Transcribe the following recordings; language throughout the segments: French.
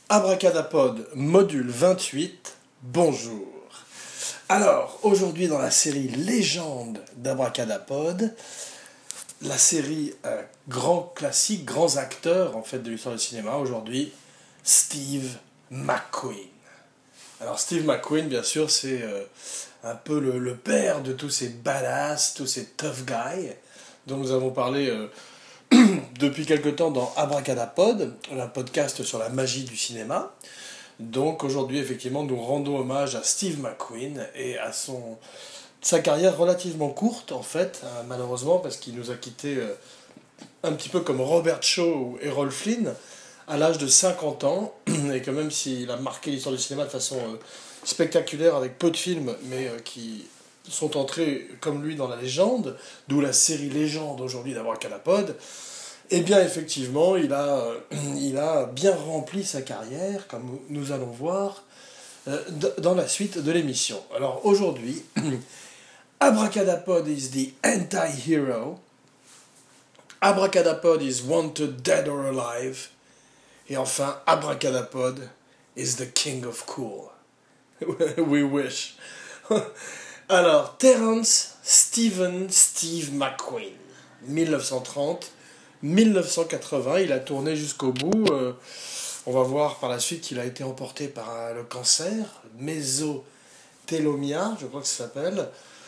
Abracadapod, module 28, bonjour. Alors, aujourd'hui dans la série Légende d'Abracadapod, la série grand classique, grands acteurs en fait de l'histoire du cinéma, aujourd'hui, Steve McQueen. Alors Steve McQueen, bien sûr, c'est un peu le père de tous ces badass, tous ces tough guys, dont nous avons parlé depuis quelque temps dans Abracadapod, un podcast sur la magie du cinéma. Donc aujourd'hui, effectivement, nous rendons hommage à Steve McQueen et à sa carrière relativement courte, en fait, malheureusement, parce qu'il nous a quittés un petit peu comme Robert Shaw ou Errol Flynn, à l'âge de 50 ans, et que même s'il a marqué l'histoire du cinéma de façon spectaculaire avec peu de films, mais qui sont entrés comme lui dans la légende, d'où la série Légende aujourd'hui d'Abracadapod, eh bien effectivement, il a bien rempli sa carrière, comme nous allons voir dans la suite de l'émission. Alors aujourd'hui, Abracadapod is the anti-hero, Abracadapod is wanted dead or alive, et enfin, Abracadapod is the king of cool. We wish. Alors, Terence Steve McQueen, 1930-1980, il a tourné jusqu'au bout. On va voir par la suite qu'il a été emporté par le cancer, mésothéliomia, je crois que ça s'appelle,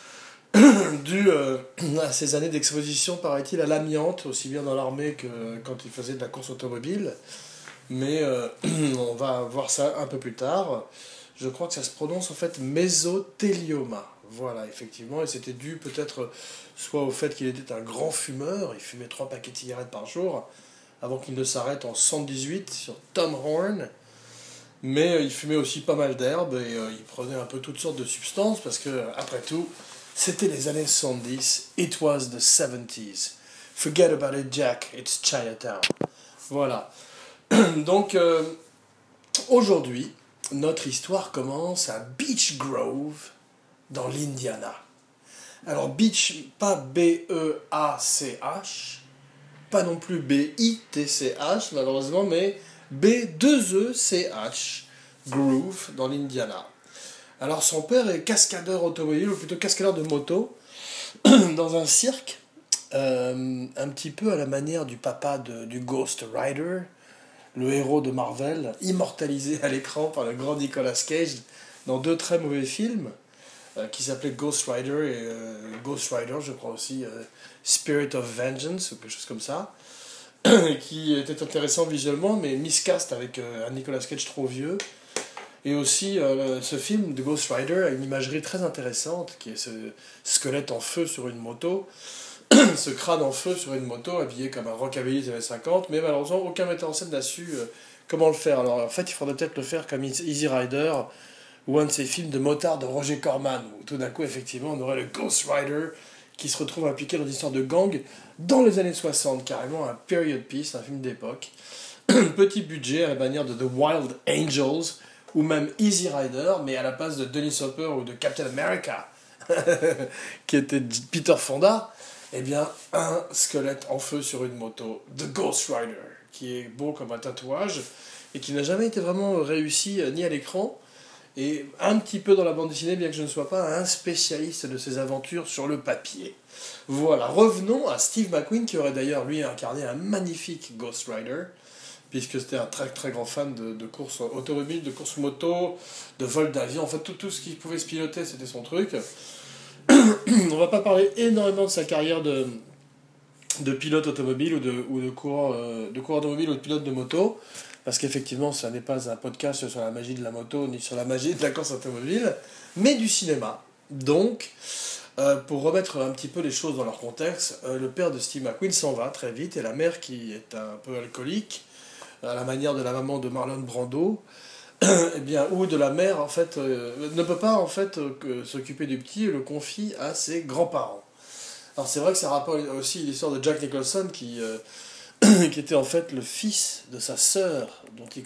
dû à ses années d'exposition, paraît-il, à l'amiante, aussi bien dans l'armée que quand il faisait de la course automobile. Mais on va voir ça un peu plus tard. Je crois que ça se prononce en fait mésothélioma. Voilà, effectivement, et c'était dû peut-être soit au fait qu'il était un grand fumeur, il fumait 3 paquets de cigarettes par jour, avant qu'il ne s'arrête en 118 sur Tom Horn, mais il fumait aussi pas mal d'herbes, et il prenait un peu toutes sortes de substances, parce que, après tout, c'était les années 70, it was the 70s. Forget about it, Jack, it's Chinatown. Voilà. Donc, aujourd'hui, notre histoire commence à Beech Grove, dans l'Indiana. Alors Beach, pas B-E-A-C-H, pas non plus B-I-T-C-H malheureusement, mais B-2-E-C-H, Groove, dans l'Indiana. Alors son père est cascadeur automobile, ou plutôt cascadeur de moto, dans un cirque, un petit peu à la manière du papa du Ghost Rider, le héros de Marvel, immortalisé à l'écran par le grand Nicolas Cage dans 2 très mauvais films, qui s'appelait Ghost Rider et Ghost Rider, je crois aussi Spirit of Vengeance ou quelque chose comme ça, qui était intéressant visuellement, mais miscast avec un Nicolas Cage trop vieux. Et aussi ce film de Ghost Rider a une imagerie très intéressante, qui est ce squelette en feu sur une moto, ce crâne en feu sur une moto, habillé comme un rockabilly des années 50, mais malheureusement aucun metteur en scène n'a su comment le faire. Alors en fait il faudrait peut-être le faire comme Easy Rider, ou un de ces films de motards de Roger Corman, où tout d'un coup, effectivement, on aurait le Ghost Rider qui se retrouve impliqué dans une histoire de gang dans les années 60, carrément un period piece, un film d'époque. Petit budget à la manière de The Wild Angels, ou même Easy Rider, mais à la place de Dennis Hopper ou de Captain America, qui était Peter Fonda, eh bien, un squelette en feu sur une moto, The Ghost Rider, qui est beau comme un tatouage, et qui n'a jamais été vraiment réussi ni à l'écran, et un petit peu dans la bande dessinée, bien que je ne sois pas un spécialiste de ses aventures sur le papier. Voilà, revenons à Steve McQueen, qui aurait d'ailleurs, lui, incarné un magnifique Ghost Rider, puisque c'était un très très grand fan de courses automobiles, de courses moto, de vol d'avion, en fait tout ce qu'il pouvait se piloter, c'était son truc. On va pas parler énormément de sa carrière de pilote automobile ou de coureur automobile ou de pilote de moto, parce qu'effectivement, ce n'est pas un podcast sur la magie de la moto, ni sur la magie de la course automobile, mais du cinéma. Donc, pour remettre un petit peu les choses dans leur contexte, le père de Steve McQueen s'en va très vite, et la mère, qui est un peu alcoolique, à la manière de la maman de Marlon Brando, eh bien, ou de la mère, en fait, ne peut pas, en fait, s'occuper du petit, et le confie à ses grands-parents. Alors c'est vrai que ça rapporte aussi l'histoire de Jack Nicholson, qui était en fait le fils de sa sœur, qui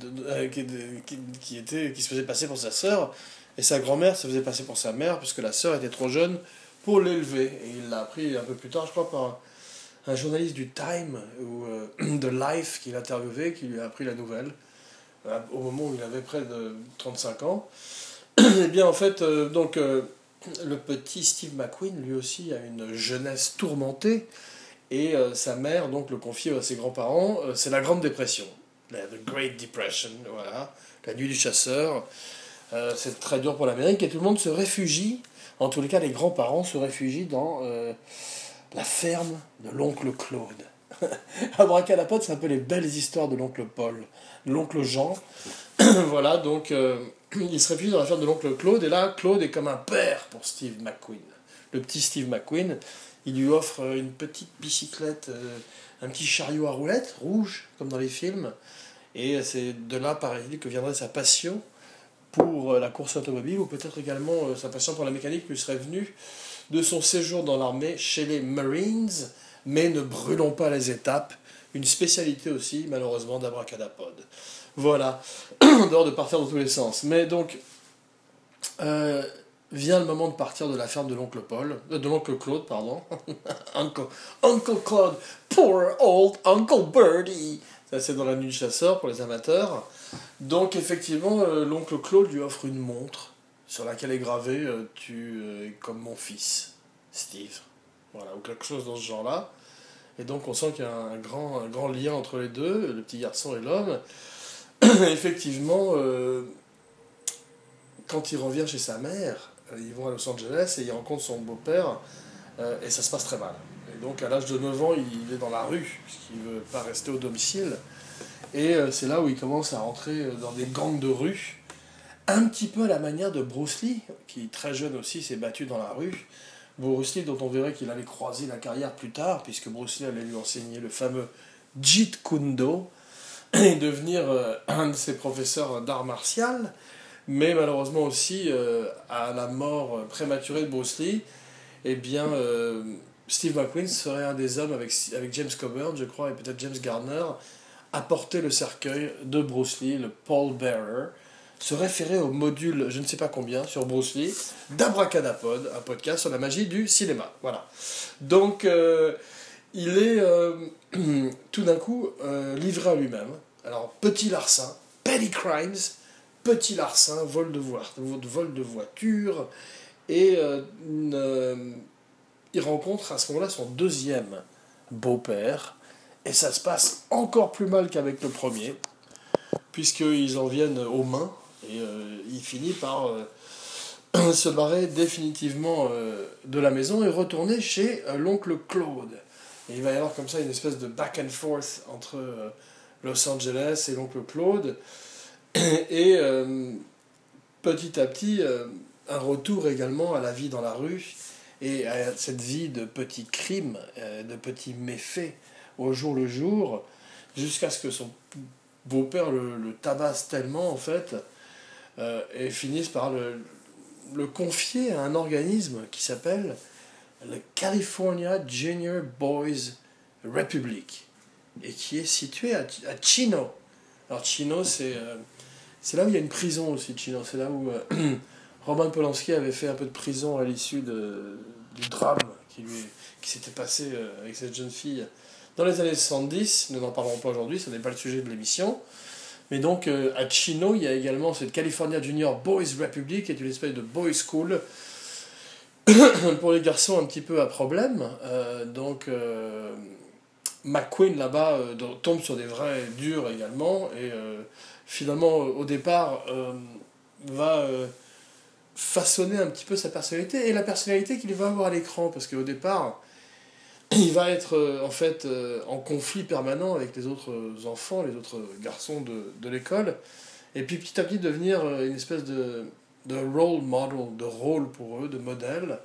se faisait passer pour sa sœur, et sa grand-mère se faisait passer pour sa mère, puisque la sœur était trop jeune pour l'élever. Et il l'a appris un peu plus tard, je crois, par un journaliste du Time, ou de Life, qui l'interviewait, qui lui a appris la nouvelle. au moment où il avait près de 35 ans. Eh bien, en fait, le petit Steve McQueen, lui aussi, a une jeunesse tourmentée, et sa mère, donc, le confie à ses grands-parents. C'est la Grande Dépression, The Great Depression, voilà, la nuit du chasseur. C'est très dur pour l'Amérique, et tout le monde se réfugie, en tous les cas, les grands-parents se réfugient dans la ferme de l'oncle Claude. Abracadapod, c'est un peu les belles histoires de l'oncle Paul, de l'oncle Jean. Voilà, donc il se réfugie dans la ferme de l'oncle Claude, et là, Claude est comme un père pour Steve McQueen. Le petit Steve McQueen, il lui offre une petite bicyclette, un petit chariot à roulettes, rouge, comme dans les films, et c'est de là, paraît-il, que viendrait sa passion pour la course automobile, ou peut-être également sa passion pour la mécanique lui serait venue de son séjour dans l'armée chez les Marines, mais ne brûlons pas les étapes, une spécialité aussi, malheureusement, d'Abracadapod. Voilà, en dehors de partir dans tous les sens. Mais donc, vient le moment de partir de la ferme de l'oncle de l'oncle Claude, pardon. Uncle Claude, poor old Uncle Birdie. Ça, c'est dans la nuit du chasseur pour les amateurs. Donc, effectivement, l'oncle Claude lui offre une montre sur laquelle est gravé tu es comme mon fils, Steve. Voilà, ou quelque chose dans ce genre-là. Et donc, on sent qu'il y a un grand lien entre les deux, le petit garçon et l'homme. Effectivement, quand il revient chez sa mère, ils vont à Los Angeles et il rencontre son beau-père, et ça se passe très mal. Et donc, à l'âge de 9 ans, il est dans la rue, puisqu'il ne veut pas rester au domicile. Et c'est là où il commence à rentrer dans des gangs de rue, un petit peu à la manière de Bruce Lee, qui très jeune aussi s'est battu dans la rue. Bruce Lee, dont on verrait qu'il allait croiser la carrière plus tard, puisque Bruce Lee allait lui enseigner le fameux Jeet Kune Do, et devenir un de ses professeurs d'art martial. Mais malheureusement aussi, à la mort prématurée de Bruce Lee, eh bien, Steve McQueen serait un des hommes, avec James Coburn, je crois, et peut-être James Garner, à porter le cercueil de Bruce Lee, le Pall Bearer, se référer au module, je ne sais pas combien, sur Bruce Lee, d'Abracadapod, un podcast sur la magie du cinéma. Voilà. Donc, il est tout d'un coup livré à lui-même. Alors, petit larcin, petty crimes, petit larcin, vol de voiture, et il rencontre à ce moment-là son deuxième beau-père, et ça se passe encore plus mal qu'avec le premier, puisqu'ils en viennent aux mains, et il finit par se barrer définitivement de la maison et retourner chez l'oncle Claude. Et il va y avoir comme ça une espèce de back and forth entre Los Angeles et l'oncle Claude, et petit à petit, un retour également à la vie dans la rue, et à cette vie de petits crimes, de petits méfaits au jour le jour, jusqu'à ce que son beau-père le tabasse tellement, en fait, et finisse par le confier à un organisme qui s'appelle le California Junior Boys Republic, et qui est situé à Chino. Alors Chino, c'est là où il y a une prison aussi, Chino. C'est là où Roman Polanski avait fait un peu de prison à l'issue du drame qui s'était passé avec cette jeune fille dans les années 70. Nous n'en parlerons pas aujourd'hui, ce n'est pas le sujet de l'émission. Mais donc, à Chino, il y a également cette California Junior Boys Republic, qui est une espèce de boys school pour les garçons un petit peu à problème. McQueen, là-bas, tombe sur des vrais durs également, et finalement, au départ, va façonner un petit peu sa personnalité, et la personnalité qu'il va avoir à l'écran, parce qu'au départ, il va être en conflit permanent avec les autres enfants, les autres garçons de l'école, et puis petit à petit devenir une espèce de role model, de rôle pour eux, de modèle,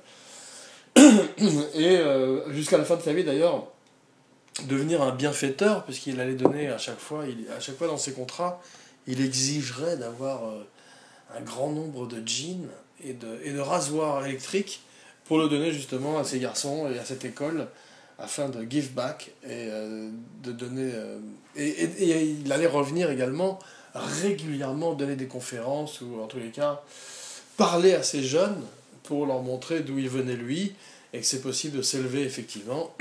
et jusqu'à la fin de sa vie d'ailleurs, devenir un bienfaiteur, puisqu'il allait donner à chaque fois dans ses contrats, il exigerait d'avoir un grand nombre de jeans et de rasoirs électriques pour le donner justement à ses garçons et à cette école, afin de give back et de donner... et il allait revenir également régulièrement, donner des conférences, ou en tous les cas parler à ces jeunes pour leur montrer d'où il venait lui, et que c'est possible de s'élever effectivement,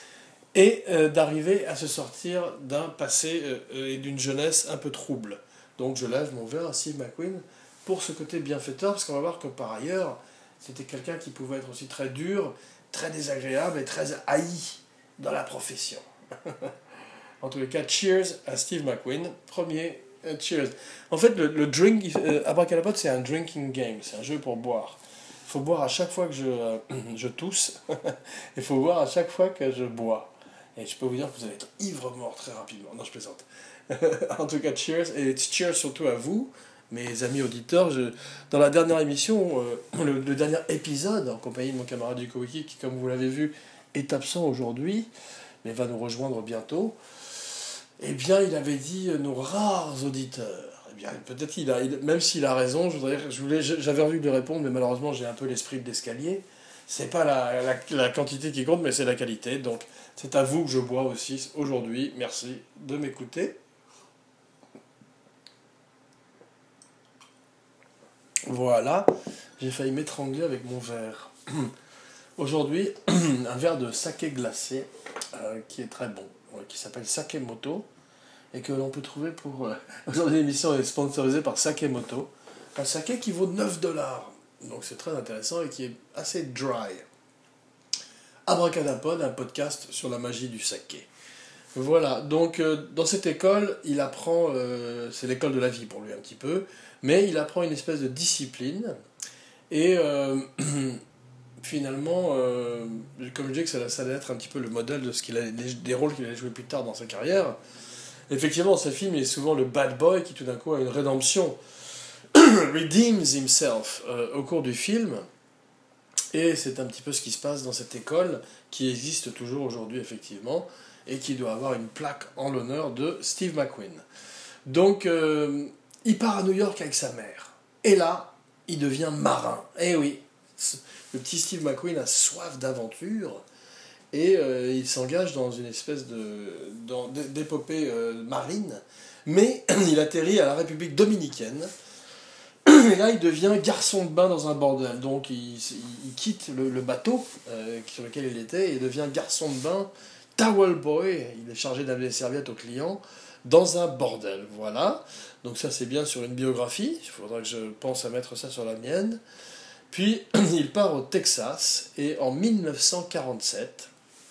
et d'arriver à se sortir d'un passé et d'une jeunesse un peu trouble. Donc je lève mon verre à Steve McQueen pour ce côté bienfaiteur, parce qu'on va voir que par ailleurs, c'était quelqu'un qui pouvait être aussi très dur, très désagréable et très haï dans la profession. En tous les cas, cheers à Steve McQueen. Premier, cheers. En fait, le drink, Abracadapod, c'est un drinking game, c'est un jeu pour boire. Il faut boire à chaque fois que je tousse. Il faut boire à chaque fois que je bois. Et je peux vous dire que vous allez être ivre-mort très rapidement. Non, je plaisante. En tout cas, cheers. Et cheers surtout à vous, mes amis auditeurs. Dans la dernière émission, le dernier épisode, en compagnie de mon camarade du Wiki, qui, comme vous l'avez vu, est absent aujourd'hui, mais va nous rejoindre bientôt, eh bien, il avait dit nos rares auditeurs. Eh bien, peut-être même s'il a raison, j'avais envie de lui répondre, mais malheureusement, j'ai un peu l'esprit de l'escalier. C'est pas la quantité qui compte, mais c'est la qualité. Donc, c'est à vous que je bois aussi aujourd'hui. Merci de m'écouter. Voilà, j'ai failli m'étrangler avec mon verre. Aujourd'hui, un verre de saké glacé qui est très bon, qui s'appelle Sakemoto et que l'on peut trouver pour... Aujourd'hui, l'émission est sponsorisée par Sakemoto. Un saké qui vaut 9 dollars. Donc c'est très intéressant et qui est assez dry. Abracadapod, un podcast sur la magie du saké. Voilà, donc dans cette école, il apprend, c'est l'école de la vie pour lui un petit peu, mais il apprend une espèce de discipline, et finalement, comme je dis que ça allait être un petit peu le modèle de des rôles qu'il allait jouer plus tard dans sa carrière. Effectivement, ce film est souvent le bad boy qui tout d'un coup a une rédemption, redeems himself au cours du film, et c'est un petit peu ce qui se passe dans cette école, qui existe toujours aujourd'hui effectivement, et qui doit avoir une plaque en l'honneur de Steve McQueen. Donc, il part à New York avec sa mère. Et là, il devient marin. Eh oui, le petit Steve McQueen a soif d'aventure, et il s'engage dans une espèce d'épopée marine, mais il atterrit à la République dominicaine, et là il devient garçon de bain dans un bordel. Donc il quitte le bateau sur lequel il était, et il devient garçon de bain, towel boy, il est chargé d'amener des serviettes aux clients, dans un bordel. Voilà, donc ça c'est bien sur une biographie, il faudra que je pense à mettre ça sur la mienne. Puis il part au Texas, et en 1947,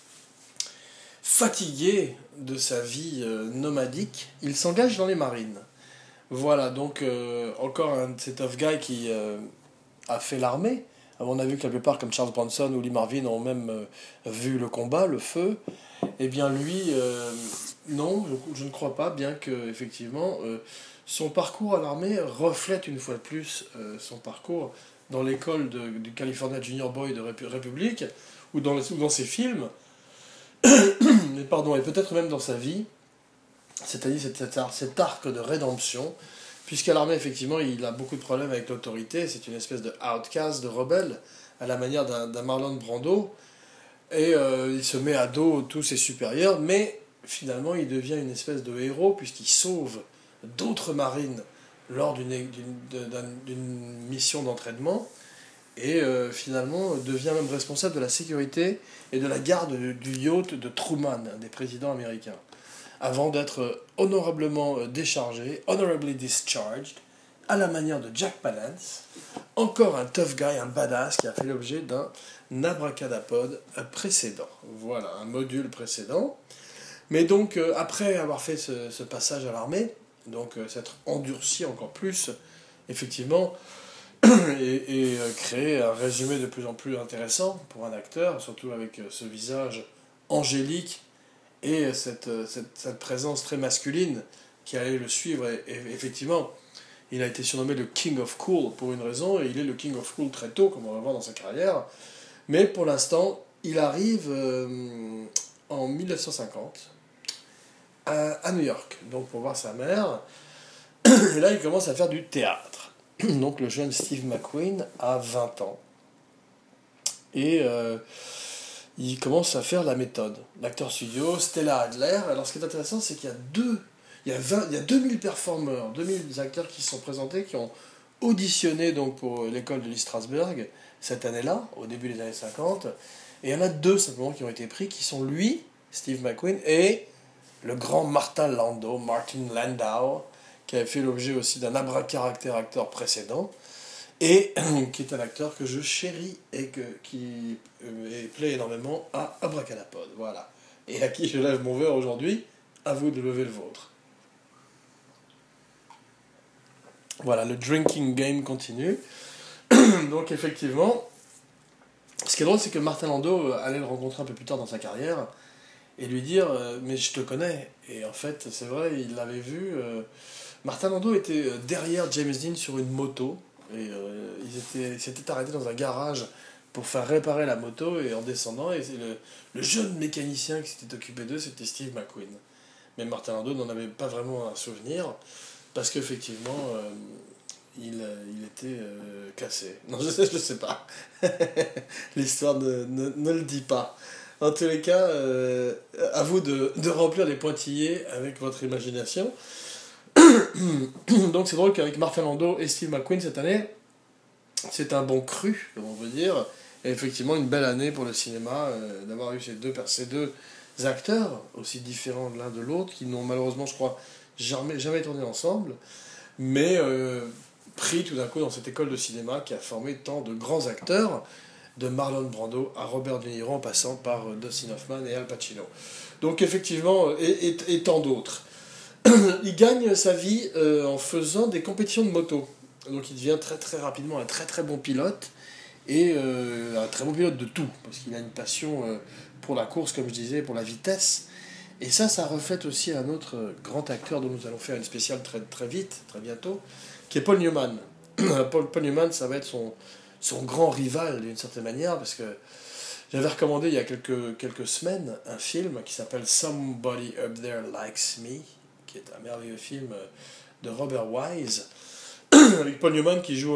fatigué de sa vie nomadique, il s'engage dans les marines. Voilà, donc encore un de ces tough guys qui a fait l'armée. On a vu que la plupart, comme Charles Bronson ou Lee Marvin, ont même vu le combat, le feu. Eh bien lui, non, je ne crois pas, bien que effectivement son parcours à l'armée reflète une fois de plus son parcours dans l'école du California Junior Boy de République, ou dans ses films, mais pardon, et peut-être même dans sa vie, c'est-à-dire cet arc de rédemption, puisqu'à l'armée, effectivement, il a beaucoup de problèmes avec l'autorité, c'est une espèce de outcast, de rebelle, à la manière d'un Marlon Brando, et il se met à dos tous ses supérieurs, mais finalement, il devient une espèce de héros, puisqu'il sauve d'autres marines lors d'une mission d'entraînement, et finalement devient même responsable de la sécurité et de la garde du yacht de Truman, un des présidents américains, avant d'être honorablement déchargé, honorably discharged, à la manière de Jack Palance, encore un tough guy, un badass qui a fait l'objet d'un abracadapod précédent. Voilà, un module précédent. Mais donc, après avoir fait ce passage à l'armée, donc s'être endurci encore plus, effectivement, et créer un résumé de plus en plus intéressant pour un acteur, surtout avec ce visage angélique et cette présence très masculine qui allait le suivre. Et effectivement, il a été surnommé le King of Cool pour une raison, et il est le King of Cool très tôt, comme on va voir dans sa carrière. Mais pour l'instant, il arrive en 1950 à New York, donc pour voir sa mère. Et là, il commence à faire du théâtre. Donc le jeune Steve McQueen a 20 ans. Et il commence à faire la méthode. L'acteur studio, Stella Adler. Alors ce qui est intéressant, c'est qu'il y a 2000 performeurs, 2000 acteurs qui se sont présentés, qui ont auditionné donc, pour l'école de Lee Strasberg cette année-là, au début des années 50. Et il y en a 2 simplement qui ont été pris, qui sont lui, Steve McQueen, et le grand Martin Landau, qui avait fait l'objet aussi d'un abracadabra acteur précédent, et qui est un acteur que je chéris et qui plaît énormément à Abracadapod. Voilà. Et à qui je lève mon verre aujourd'hui, à vous de lever le vôtre. Voilà, le drinking game continue. Donc effectivement, ce qui est drôle, c'est que Martin Landau allait le rencontrer un peu plus tard dans sa carrière et lui dire mais je te connais. Et en fait, c'est vrai, il l'avait vu. Martin Landau était derrière James Dean sur une moto et ils s'étaient arrêtés dans un garage pour faire réparer la moto et en descendant, et le jeune mécanicien qui s'était occupé d'eux, c'était Steve McQueen. Mais Martin Landau n'en avait pas vraiment un souvenir parce qu'effectivement, il était cassé. Non, je sais pas. L'histoire ne le dit pas. En tous les cas, à vous de remplir les pointillés avec votre imagination. Donc c'est drôle qu'avec Martin Landau et Steve McQueen cette année, c'est un bon cru, comme on veut dire. Et effectivement, une belle année pour le cinéma d'avoir eu ces deux acteurs, aussi différents l'un de l'autre, qui n'ont malheureusement, je crois, jamais tourné ensemble, mais pris tout d'un coup dans cette école de cinéma qui a formé tant de grands acteurs, de Marlon Brando à Robert De Niro en passant par Dustin Hoffman et Al Pacino. Donc effectivement, et tant d'autres. Il gagne sa vie en faisant des compétitions de moto. Donc il devient très très rapidement un très très bon pilote, et un très bon pilote de tout, parce qu'il a une passion pour la course, comme je disais, pour la vitesse. Et ça reflète aussi un autre grand acteur dont nous allons faire une spéciale très, très vite, très bientôt, qui est Paul Newman. Paul Newman, ça va être son grand rival d'une certaine manière, parce que j'avais recommandé il y a quelques semaines un film qui s'appelle Somebody Up There Likes Me, qui est un merveilleux film de Robert Wise, avec Paul Newman qui joue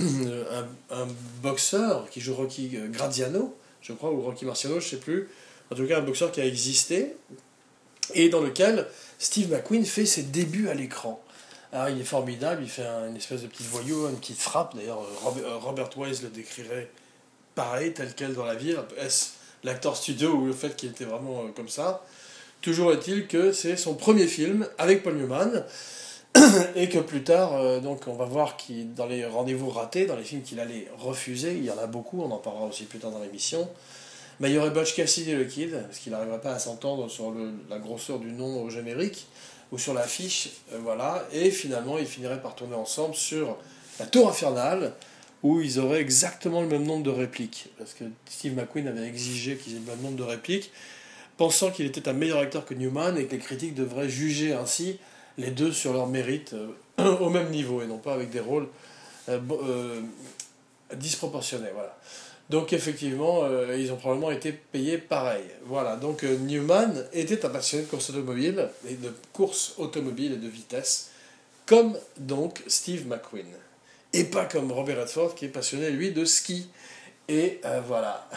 un boxeur, qui joue Rocky Graziano, je crois, ou Rocky Marciano, je sais plus. En tout cas, un boxeur qui a existé, et dans lequel Steve McQueen fait ses débuts à l'écran. Alors, il est formidable, il fait une espèce de petit voyou, une petite frappe. D'ailleurs, Robert Wise le décrirait pareil, tel quel dans la vie. Est-ce l'acteur studio ou le fait qu'il était vraiment comme ça? Toujours est-il que c'est son premier film avec Paul Newman, et que plus tard, donc on va voir qu'il, dans les rendez-vous ratés, dans les films qu'il allait refuser, il y en a beaucoup, on en parlera aussi plus tard dans l'émission, mais il y aurait Butch Cassidy et le Kid, parce qu'il n'arriverait pas à s'entendre sur la grosseur du nom au générique, ou sur l'affiche, voilà, et finalement ils finiraient par tourner ensemble sur La Tour Infernale, où ils auraient exactement le même nombre de répliques, parce que Steve McQueen avait exigé qu'ils aient le même nombre de répliques, pensant qu'il était un meilleur acteur que Newman, et que les critiques devraient juger ainsi les deux sur leur mérite au même niveau, et non pas avec des rôles disproportionnés. Voilà. Donc effectivement, ils ont probablement été payés pareil. Voilà, donc Newman était un passionné de course automobile, et de course automobile et de vitesse, comme donc Steve McQueen. Et pas comme Robert Redford, qui est passionné, lui, de ski. Et voilà.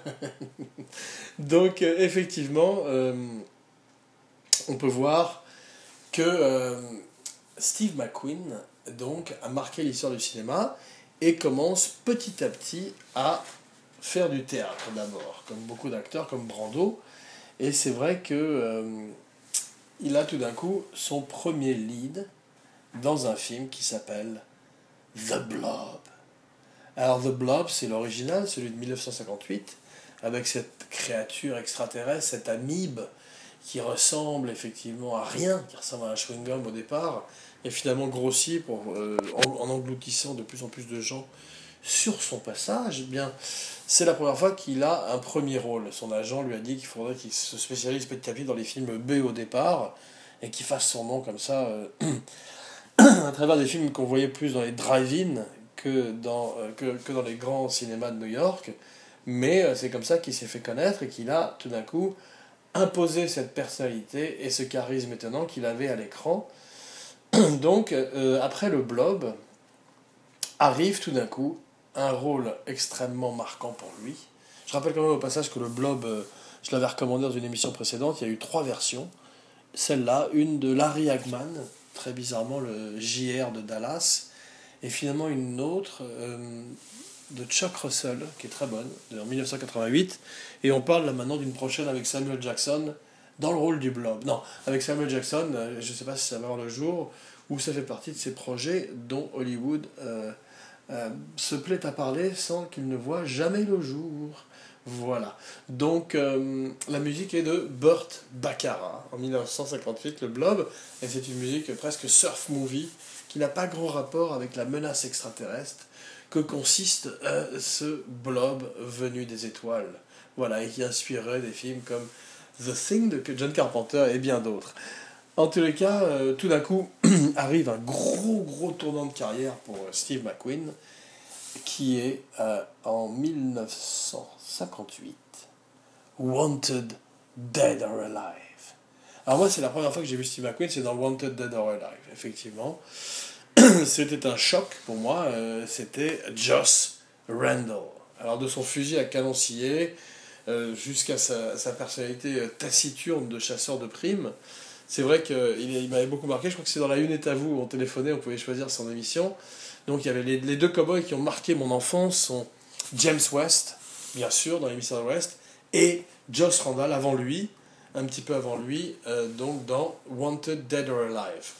Donc effectivement, on peut voir que Steve McQueen donc, a marqué l'histoire du cinéma et commence petit à petit à faire du théâtre d'abord, comme beaucoup d'acteurs, comme Brando. Et c'est vrai que il a tout d'un coup son premier lead dans un film qui s'appelle The Blob. Alors The Blob, c'est l'original, celui de 1958, avec cette créature extraterrestre, cette amibe qui ressemble effectivement à rien, qui ressemble à un chewing-gum au départ, et finalement grossit en engloutissant de plus en plus de gens sur son passage. Eh bien, c'est la première fois qu'il a un premier rôle. Son agent lui a dit qu'il faudrait qu'il se spécialise petit à petit dans les films B au départ, et qu'il fasse son nom comme ça, à travers des films qu'on voyait plus dans les drive-in que dans les grands cinémas de New York. Mais c'est comme ça qu'il s'est fait connaître et qu'il a tout d'un coup imposer cette personnalité et ce charisme étonnant qu'il avait à l'écran. Donc, après le Blob, arrive tout d'un coup un rôle extrêmement marquant pour lui. Je rappelle quand même au passage que le Blob, je l'avais recommandé dans une émission précédente, il y a eu 3 versions. Celle-là, une de Larry Hagman, très bizarrement le JR de Dallas, et finalement une autre de Chuck Russell, qui est très bonne, en 1988. Et on parle là maintenant d'une prochaine avec Samuel Jackson, dans le rôle du Blob. Non, avec Samuel Jackson, je ne sais pas si ça va voir le jour, ou ça fait partie de ces projets dont Hollywood se plaît à parler sans qu'il ne voit jamais le jour. Voilà. Donc, la musique est de Burt Bacharach, en 1958, le Blob, et c'est une musique presque surf movie, qui n'a pas grand rapport avec la menace extraterrestre que consiste ce blob venu des étoiles. Voilà, et qui inspirerait des films comme The Thing de John Carpenter et bien d'autres. En tous les cas, tout d'un coup, arrive un gros tournant de carrière pour Steve McQueen, qui est en 1958, Wanted, Dead or Alive. Alors moi, c'est la première fois que j'ai vu Steve McQueen, c'est dans Wanted, Dead or Alive, effectivement. C'était un choc pour moi, c'était Joss Randall. Alors de son fusil à canon scié jusqu'à sa personnalité taciturne de chasseur de primes, c'est vrai qu'il m'avait beaucoup marqué. Je crois que c'est dans La Une est à vous, où on téléphonait, on pouvait choisir son émission. Donc il y avait les deux cowboys qui ont marqué mon enfance, sont James West, bien sûr, dans l'émission de l'Ouest, et Joss Randall avant lui, un petit peu avant lui, donc dans Wanted, Dead or Alive.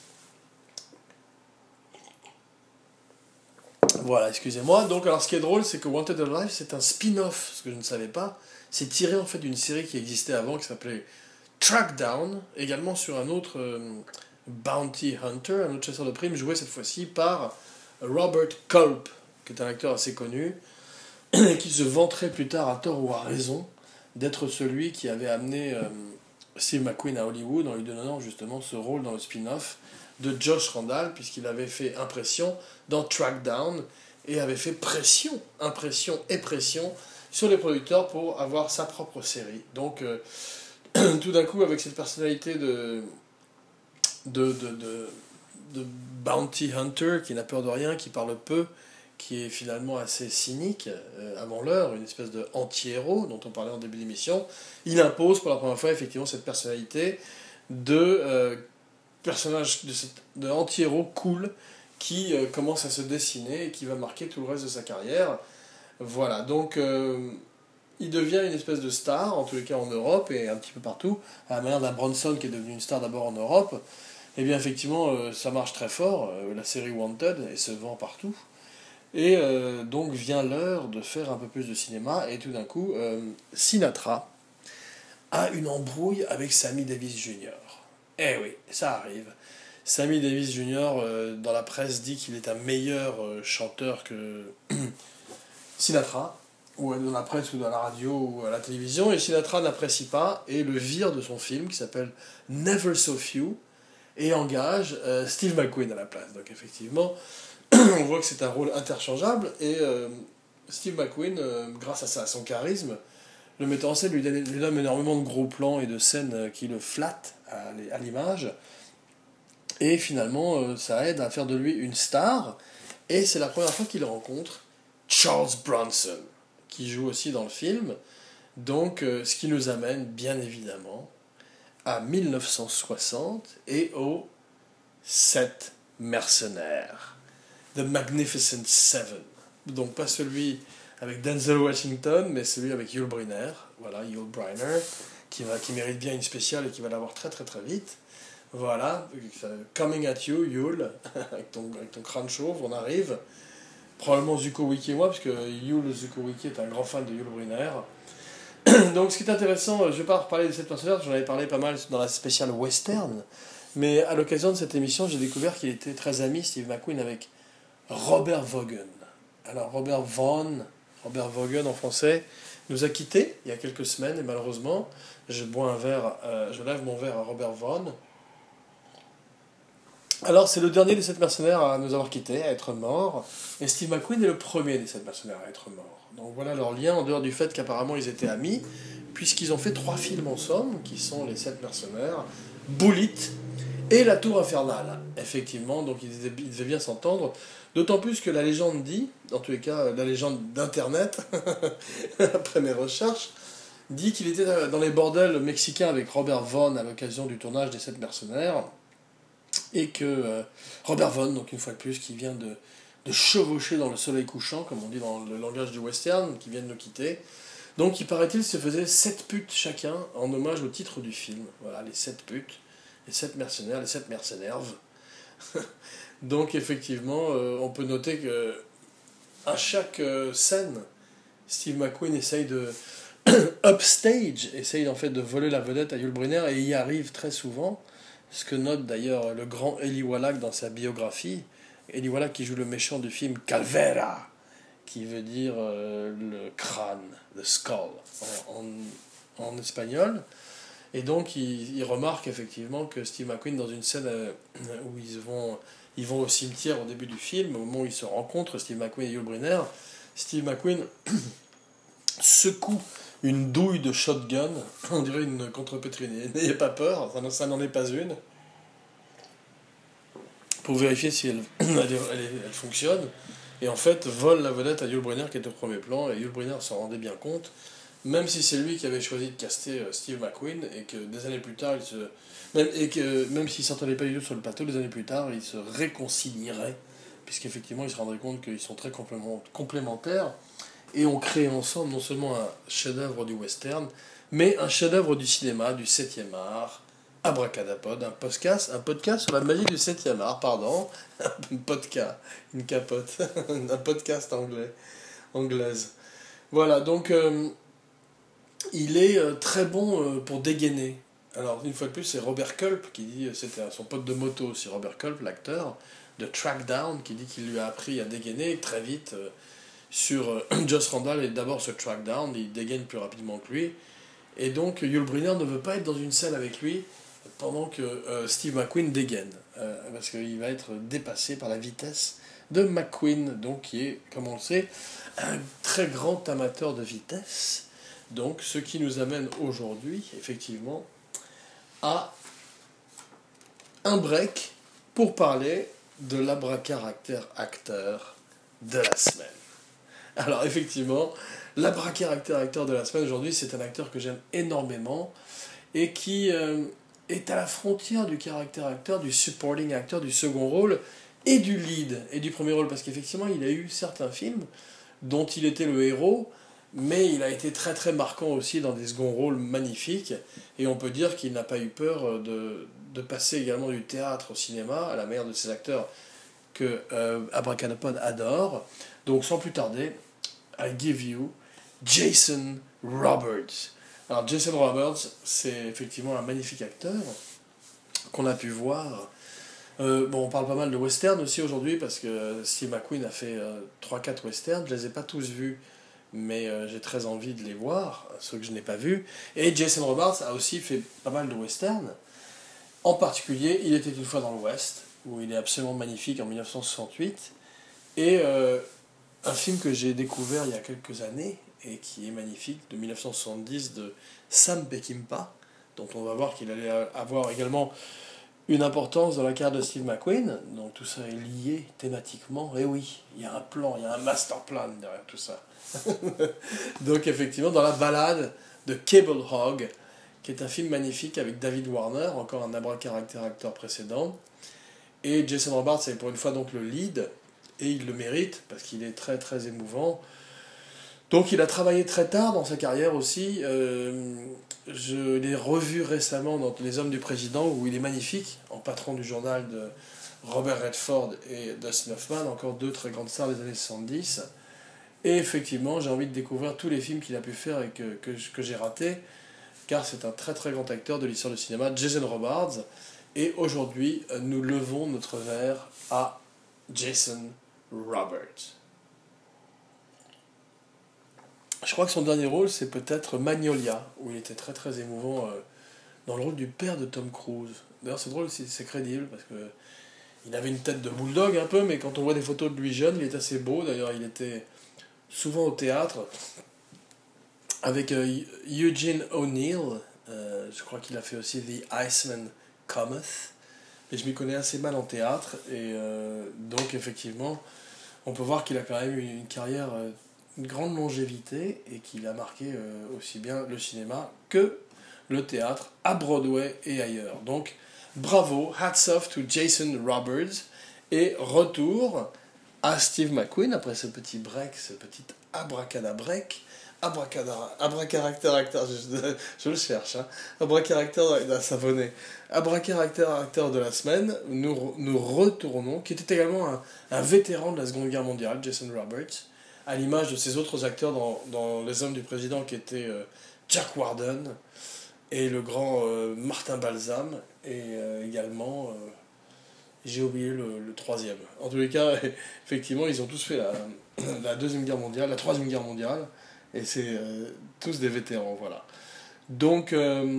Voilà, excusez-moi. Donc, alors, ce qui est drôle, c'est que Wanted Alive, c'est un spin-off, ce que je ne savais pas. C'est tiré, en fait, d'une série qui existait avant, qui s'appelait Trackdown, également sur un autre Bounty Hunter, un autre chasseur de primes, joué cette fois-ci par Robert Culp, qui est un acteur assez connu, et qui se vanterait plus tard, à tort ou à raison, d'être celui qui avait amené Steve McQueen à Hollywood, en lui donnant justement ce rôle dans le spin-off de Josh Randall, puisqu'il avait fait impression dans Trackdown, et avait fait impression et pression sur les producteurs pour avoir sa propre série. Donc, tout d'un coup, avec cette personnalité de bounty hunter, qui n'a peur de rien, qui parle peu, qui est finalement assez cynique, avant l'heure, une espèce de anti-héros dont on parlait en début d'émission, il impose pour la première fois effectivement cette personnalité de personnage de anti-héros cool qui commence à se dessiner et qui va marquer tout le reste de sa carrière. Voilà, donc il devient une espèce de star, en tous les cas en Europe et un petit peu partout, à la manière d'un Bronson qui est devenu une star d'abord en Europe. Et bien effectivement, ça marche très fort, la série Wanted, et se vend partout. Et donc vient l'heure de faire un peu plus de cinéma, et tout d'un coup, Sinatra a une embrouille avec Sammy Davis Jr. Eh oui, ça arrive. Sammy Davis Jr., dans la presse, dit qu'il est un meilleur chanteur que Sinatra, ou dans la presse, ou dans la radio, ou à la télévision, et Sinatra n'apprécie pas, et le vire de son film, qui s'appelle Never So Few, et engage Steve McQueen à la place. Donc effectivement, on voit que c'est un rôle interchangeable, et Steve McQueen, grâce à son charisme, le metteur en scène lui donne énormément de gros plans et de scènes qui le flattent à l'image. Et finalement, ça aide à faire de lui une star. Et c'est la première fois qu'il rencontre Charles Bronson, qui joue aussi dans le film. Donc, ce qui nous amène, bien évidemment, à 1960 et aux 7 mercenaires. The Magnificent Seven. Donc, pas celui avec Denzel Washington, mais celui avec Yul Brynner, voilà, Yul Brynner, qui mérite bien une spéciale et qui va l'avoir très vite. Voilà, coming at you, Yul, avec ton crâne chauve, on arrive. Probablement Zuko Wiki et moi, parce que Yul Zuko Wiki est un grand fan de Yul Brynner. Donc ce qui est intéressant, je ne vais pas reparler de cette personne, j'en avais parlé pas mal dans la spéciale western, mais à l'occasion de cette émission, j'ai découvert qu'il était très ami, Steve McQueen, avec Robert Vaughan. Alors Robert Vaughan en français, nous a quittés il y a quelques semaines, et malheureusement, je lève mon verre à Robert Vaughan. Alors, c'est le dernier des 7 mercenaires à nous avoir quittés, à être mort, et Steve McQueen est le premier des 7 mercenaires à être mort. Donc voilà leur lien, en dehors du fait qu'apparemment ils étaient amis, puisqu'ils ont fait 3 films ensemble, qui sont les 7 mercenaires, Bullet et La Tour Infernale. Effectivement, donc ils devaient bien s'entendre, d'autant plus que la légende dit, en tous les cas la légende d'internet, après mes recherches, dit qu'il était dans les bordels mexicains avec Robert Vaughn à l'occasion du tournage des 7 mercenaires, et que Robert Vaughn, donc une fois de plus, qui vient de chevaucher dans le soleil couchant, comme on dit dans le langage du western, qui vient de nous quitter, Donc il paraît-il se faisait 7 putes chacun en hommage au titre du film. Voilà, les 7 putes, les 7 mercenaires, les 7 mercenaires. Donc effectivement, on peut noter que à chaque scène, Steve McQueen essaye de upstage, essaye en fait de voler la vedette à Yul Brynner et y arrive très souvent. Ce que note d'ailleurs le grand Eli Wallach dans sa biographie. Eli Wallach qui joue le méchant du film Calvera, qui veut dire le crâne, the skull en espagnol. Et donc il remarque effectivement que Steve McQueen, dans une scène où ils vont au cimetière au début du film, au moment où ils se rencontrent, Steve McQueen et Yul Brynner, Steve McQueen secoue une douille de shotgun, on dirait une contrepétrinée. N'ayez pas peur, ça n'en est pas une, pour vérifier si elle fonctionne. Et en fait, vole la vedette à Yul Brynner qui est au premier plan, et Yul Brynner s'en rendait bien compte, même si c'est lui qui avait choisi de caster Steve McQueen, et que des années plus tard, même s'ils ne s'entendaient pas du tout sur le plateau, des années plus tard, ils se réconcilieraient, puisqu'effectivement, ils se rendraient compte qu'ils sont très complémentaires, et ont créé ensemble non seulement un chef-d'œuvre du western, mais un chef-d'œuvre du cinéma, du 7e art, Abracadapod, un podcast sur la magie du 7e art, pardon, un podcast, une capote, un podcast anglaise. Voilà, donc il est très bon pour dégainer. Alors, une fois de plus, c'est Robert Culp qui dit, c'était son pote de moto aussi, Robert Culp, l'acteur de Trackdown, qui dit qu'il lui a appris à dégainer très vite sur Joss Randall, et d'abord ce Trackdown, il dégaine plus rapidement que lui. Et donc, Yul Brynner ne veut pas être dans une scène avec lui pendant que Steve McQueen dégaine, parce qu'il va être dépassé par la vitesse de McQueen, donc qui est, comme on le sait, un très grand amateur de vitesse. Donc, ce qui nous amène aujourd'hui, effectivement, à un break pour parler de l'abracaractère acteur de la semaine. Alors, effectivement, l'abracaractère acteur de la semaine, aujourd'hui, c'est un acteur que j'aime énormément et qui est à la frontière du caractère acteur, du supporting acteur, du second rôle et du lead, et du premier rôle, parce qu'effectivement, il a eu certains films dont il était le héros, mais il a été très très marquant aussi dans des seconds rôles magnifiques, et on peut dire qu'il n'a pas eu peur de passer également du théâtre au cinéma, à la manière de ces acteurs que Abracadapod adore. Donc sans plus tarder, I give you Jason Roberts. Alors Jason Roberts, c'est effectivement un magnifique acteur qu'on a pu voir. On parle pas mal de western aussi aujourd'hui, parce que Steve McQueen a fait 3-4 westerns, je les ai pas tous vus, mais j'ai très envie de les voir, ceux que je n'ai pas vus. Et Jason Robards a aussi fait pas mal de westerns. En particulier, Il était une fois dans l'Ouest, où il est absolument magnifique en 1968. Et un film que j'ai découvert il y a quelques années, et qui est magnifique, de 1970, de Sam Peckinpah, dont on va voir qu'il allait avoir également une importance dans la carrière de Steve McQueen. Donc tout ça est lié thématiquement. Et oui, il y a un plan, il y a un master plan derrière tout ça. Donc effectivement, dans la balade de Cable Hog, qui est un film magnifique avec David Warner, encore un abracaractère acteur précédent. Et Jason Robards est pour une fois donc le lead, et il le mérite, parce qu'il est très très émouvant. Donc il a travaillé très tard dans sa carrière aussi. Je l'ai revu récemment dans Les Hommes du Président, où il est magnifique, en patron du journal de Robert Redford et Dustin Hoffman, encore deux très grandes stars des années 70. Et effectivement, j'ai envie de découvrir tous les films qu'il a pu faire et que j'ai ratés, car c'est un très très grand acteur de l'histoire du cinéma, Jason Robards. Et aujourd'hui, nous levons notre verre à Jason Roberts. Je crois que son dernier rôle, c'est peut-être Magnolia, où il était très très émouvant dans le rôle du père de Tom Cruise. D'ailleurs, c'est drôle, c'est crédible, parce que il avait une tête de bulldog un peu, mais quand on voit des photos de lui jeune, il est assez beau. D'ailleurs, il était souvent au théâtre avec Eugene O'Neill. Je crois qu'il a fait aussi The Iceman Cometh. Et je m'y connais assez mal en théâtre, et donc effectivement, on peut voir qu'il a quand même eu une carrière, une grande longévité, et qu'il a marqué aussi bien le cinéma que le théâtre à Broadway et ailleurs. Donc bravo, hats off to Jason Roberts, et retour à Steve McQueen après ce petit break, ce petit abracadabreak, Abracaractère acteur, je le cherche, hein. Abracaractère, savonné. Abracaractère acteur de la semaine, nous retournons, qui était également un vétéran de la Seconde Guerre mondiale, Jason Roberts, à l'image de ses autres acteurs dans Les Hommes du Président, qui étaient Jack Warden et le grand Martin Balsam, et également, j'ai oublié le troisième. En tous les cas, effectivement, ils ont tous fait la Deuxième Guerre mondiale, la Troisième Guerre mondiale, et c'est tous des vétérans, voilà. Donc,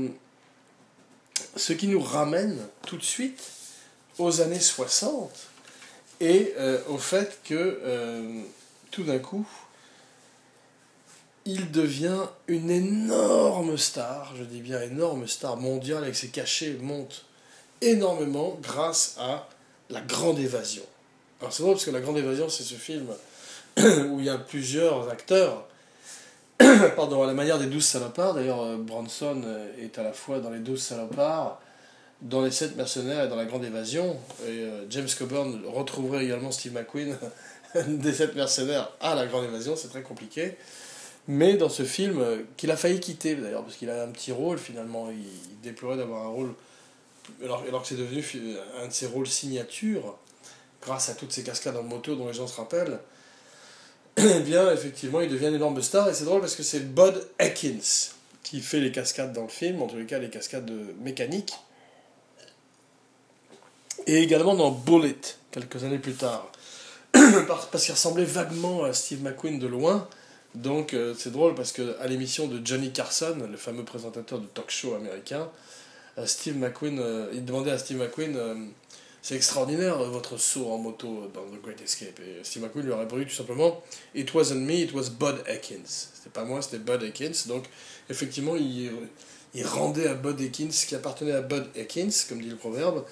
ce qui nous ramène tout de suite aux années 60 et au fait que tout d'un coup, il devient une énorme star, je dis bien énorme star mondiale, avec ses cachets montent énormément grâce à La Grande Évasion. Alors c'est drôle parce que La Grande Évasion, c'est ce film où il y a plusieurs acteurs, pardon, à la manière des 12 salopards. D'ailleurs, Bronson est à la fois dans les 12 salopards, dans les 7 mercenaires et dans La Grande Évasion. Et James Coburn retrouverait également Steve McQueen des 7 mercenaires à La Grande Évasion, c'est très compliqué. Mais dans ce film, qu'il a failli quitter d'ailleurs, parce qu'il a un petit rôle finalement, il déplorait d'avoir un rôle, alors que c'est devenu un de ses rôles signature, grâce à toutes ces cascades en moto dont les gens se rappellent. Eh bien, effectivement, il devient une énorme star, et c'est drôle parce que c'est Bud Atkins qui fait les cascades dans le film, en tous les cas les cascades mécaniques, et également dans Bullet, quelques années plus tard, parce qu'il ressemblait vaguement à Steve McQueen de loin. Donc c'est drôle parce qu'à l'émission de Johnny Carson, le fameux présentateur de talk show américain, Steve McQueen, il demandait à Steve McQueen, c'est extraordinaire votre saut en moto dans The Great Escape. Et Steve McQueen lui a répondu tout simplement, It wasn't me, it was Bud Atkins. C'était pas moi, c'était Bud Atkins. Donc effectivement, il rendait à Bud Atkins ce qui appartenait à Bud Atkins, comme dit le proverbe.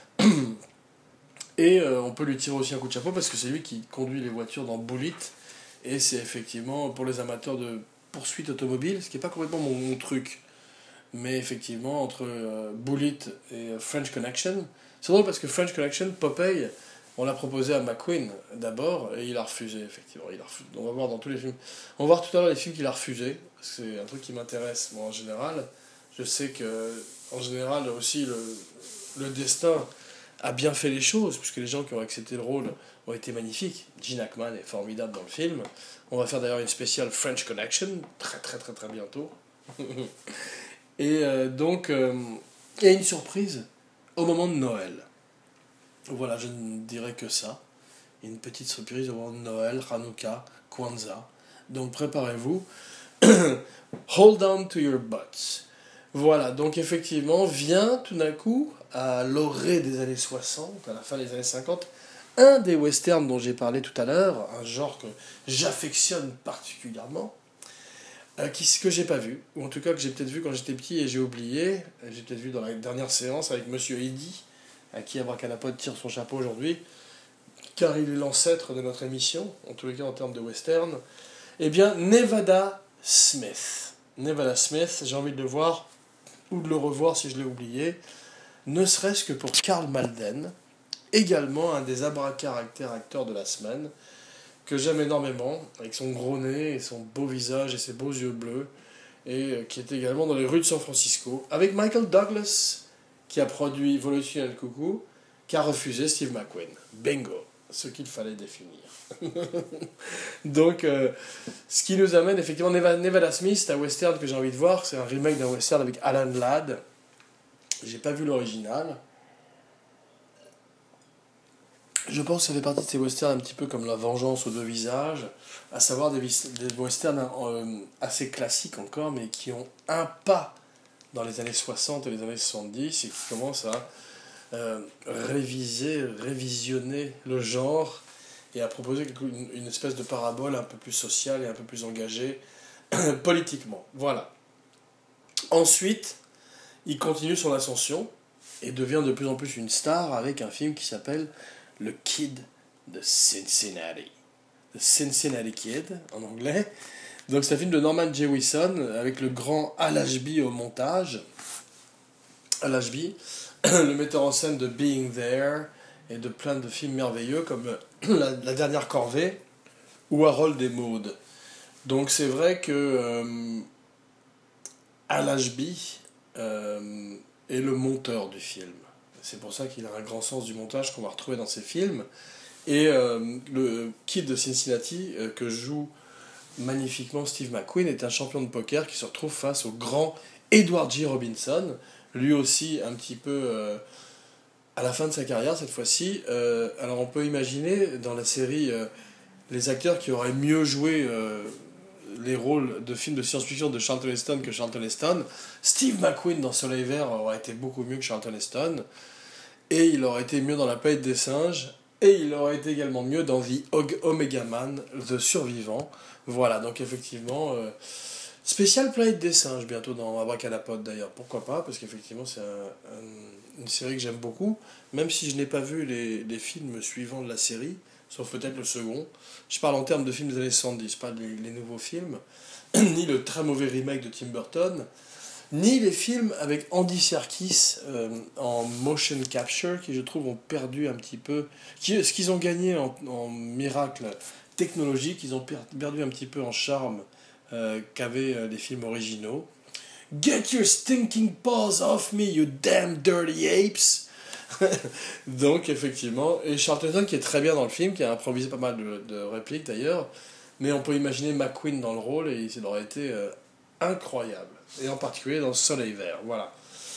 Et on peut lui tirer aussi un coup de chapeau parce que c'est lui qui conduit les voitures dans Bullet. Et c'est effectivement pour les amateurs de poursuite automobile, ce qui n'est pas complètement mon truc. Mais effectivement, entre Bullet et French Connection, c'est drôle parce que French Connection, Popeye, on l'a proposé à McQueen d'abord, et il a refusé, effectivement. On va voir dans tous les films. On va voir tout à l'heure les films qu'il a refusés, c'est un truc qui m'intéresse, moi, en général. Je sais que, en général, aussi, le destin a bien fait les choses, puisque les gens qui ont accepté le rôle ont été magnifiques. Gene Hackman est formidable dans le film. On va faire d'ailleurs une spéciale French Connection, très très très très bientôt. Et donc, il y a une surprise au moment de Noël. Voilà, je ne dirais que ça. Une petite surprise au moment de Noël, Hanouka, Kwanzaa. Donc préparez-vous. Hold on to your butts. Voilà, donc effectivement, vient tout d'un coup, à l'orée des années 60, à la fin des années 50, un des westerns dont j'ai parlé tout à l'heure, un genre que j'affectionne particulièrement, que j'ai pas vu, ou en tout cas que j'ai peut-être vu quand j'étais petit et j'ai oublié. J'ai peut-être vu dans la dernière séance avec Monsieur Eddy, à qui Abracadapod tire son chapeau aujourd'hui, car il est l'ancêtre de notre émission, en tous les cas en termes de western. Eh bien, Nevada Smith. Nevada Smith, j'ai envie de le voir, ou de le revoir si je l'ai oublié, ne serait-ce que pour Karl Malden, également un des abracaractères acteurs de la semaine, que j'aime énormément, avec son gros nez et son beau visage et ses beaux yeux bleus, et qui est également dans les rues de San Francisco, avec Michael Douglas, qui a produit Volunteer and Cuckoo, qui a refusé Steve McQueen. Bingo, ce qu'il fallait définir. Donc, ce qui nous amène effectivement, Nevada Smith, c'est un western que j'ai envie de voir, c'est un remake d'un western avec Alan Ladd. J'ai pas vu l'original. Je pense que ça fait partie de ces westerns un petit peu comme La Vengeance aux deux visages, à savoir des westerns assez classiques encore, mais qui ont un pas dans les années 60 et les années 70 et qui commencent à révisionner le genre et à proposer une espèce de parabole un peu plus sociale et un peu plus engagée politiquement. Voilà. Ensuite, il continue son ascension et devient de plus en plus une star avec un film qui s'appelle Le Kid de Cincinnati. The Cincinnati Kid, en anglais. Donc c'est un film de Norman Jewison, avec le grand Al Ashby au montage. Al Ashby, le metteur en scène de Being There, et de plein de films merveilleux, comme La Dernière Corvée, ou Harold et Maude. Donc c'est vrai que Al Ashby est le monteur du film. C'est pour ça qu'il a un grand sens du montage qu'on va retrouver dans ses films. Et le Kid de Cincinnati, que joue magnifiquement Steve McQueen, est un champion de poker qui se retrouve face au grand Edward G. Robinson, lui aussi un petit peu à la fin de sa carrière cette fois-ci. Alors on peut imaginer dans la série les acteurs qui auraient mieux joué les rôles de films de science-fiction de Charlton Heston que Charlton Heston. Steve McQueen dans Soleil Vert aurait été beaucoup mieux que Charlton Heston. Et il aurait été mieux dans La Planète des Singes. Et il aurait été également mieux dans The Omega Man, The Survivant. Voilà, donc effectivement, spécial Planète des Singes bientôt dans Abracadapod d'ailleurs. Pourquoi pas, parce qu'effectivement c'est une série que j'aime beaucoup. Même si je n'ai pas vu les films suivants de la série, sauf peut-être le second. Je parle en termes de films des années 70, pas les nouveaux films, ni le très mauvais remake de Tim Burton, ni les films avec Andy Serkis en motion capture, qui je trouve ont perdu un petit peu, ce qu'ils ont gagné en miracle technologique, ils ont perdu un petit peu en charme qu'avaient les films originaux. Get your stinking paws off me, you damn dirty apes! Donc effectivement, et Charlton Heston qui est très bien dans le film, qui a improvisé pas mal de répliques d'ailleurs, mais on peut imaginer McQueen dans le rôle et il aurait été incroyable, et en particulier dans Soleil Vert, voilà.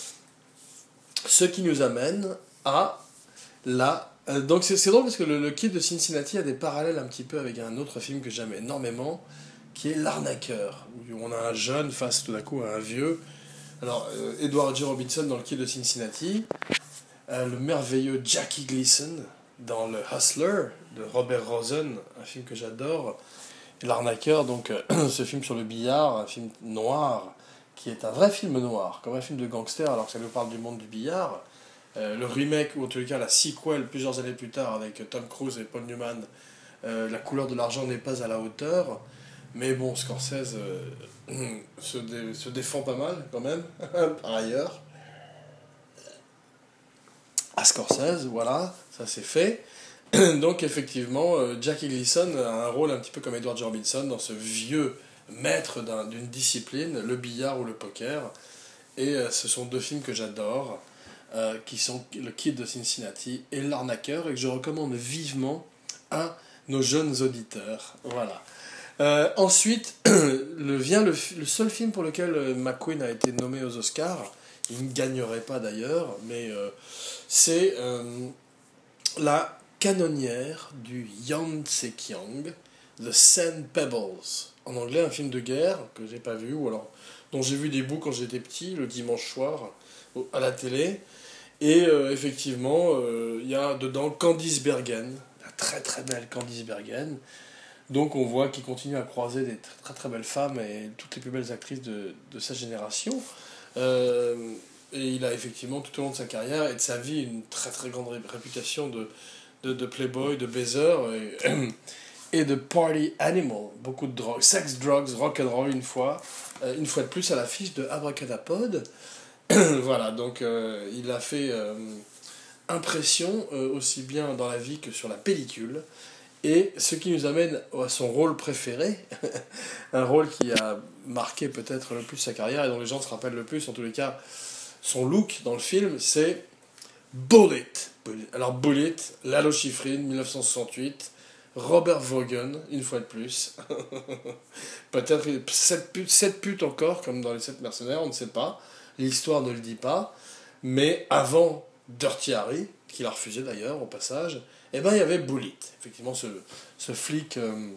Ce qui nous amène à la... donc c'est drôle parce que le Kid de Cincinnati a des parallèles un petit peu avec un autre film que j'aime énormément, qui est L'Arnaqueur, où on a un jeune face tout d'un coup à un vieux. Alors, Edward G. Robinson dans le Kid de Cincinnati, le merveilleux Jackie Gleason dans Le Hustler de Robert Rosen, un film que j'adore, et L'Arnaqueur, donc ce film sur le billard, un film noir, qui est un vrai film noir, comme un film de gangster, alors que ça nous parle du monde du billard. Le remake, ou en tous les cas la sequel, plusieurs années plus tard, avec Tom Cruise et Paul Newman, La couleur de l'argent n'est pas à la hauteur, mais bon, Scorsese se défend pas mal, quand même, par ailleurs. À Scorsese, voilà, ça c'est fait. Donc effectivement, Jackie Gleason a un rôle un petit peu comme Edward G. Robinson dans ce vieux maître d'une discipline, le billard ou le poker. Et ce sont deux films que j'adore, qui sont Le Kid de Cincinnati et L'Arnaqueur, et que je recommande vivement à nos jeunes auditeurs. Voilà. Ensuite, vient le seul film pour lequel McQueen a été nommé aux Oscars. Il ne gagnerait pas d'ailleurs, mais c'est la canonnière du Yan Tse-Kiang, The Sand Pebbles. En anglais, un film de guerre que j'ai pas vu, ou alors dont j'ai vu des bouts quand j'étais petit, le dimanche soir, à la télé. Et effectivement, il y a dedans Candice Bergen, la très très belle Candice Bergen. Donc on voit qu'il continue à croiser des très très, très belles femmes et toutes les plus belles actrices de sa génération. Et il a effectivement tout au long de sa carrière et de sa vie une très très grande réputation de playboy, de baiser et de party animal. Beaucoup de drogue, sex, drugs, rock'n'roll une fois de plus à l'affiche de Abracadapod. Voilà, donc il a fait impression aussi bien dans la vie que sur la pellicule. Et ce qui nous amène à son rôle préféré, un rôle qui a marqué peut-être le plus sa carrière et dont les gens se rappellent le plus, en tous les cas, son look dans le film, c'est Bullet. Alors Bullet, Lalo Schifrin, 1968, Robert Vaughan, une fois de plus. Peut-être 7 putes encore, comme dans Les 7 mercenaires, on ne sait pas. L'histoire ne le dit pas. Mais avant Dirty Harry, qu'il a refusé d'ailleurs au passage, et ben il y avait Bullet. Effectivement, ce flic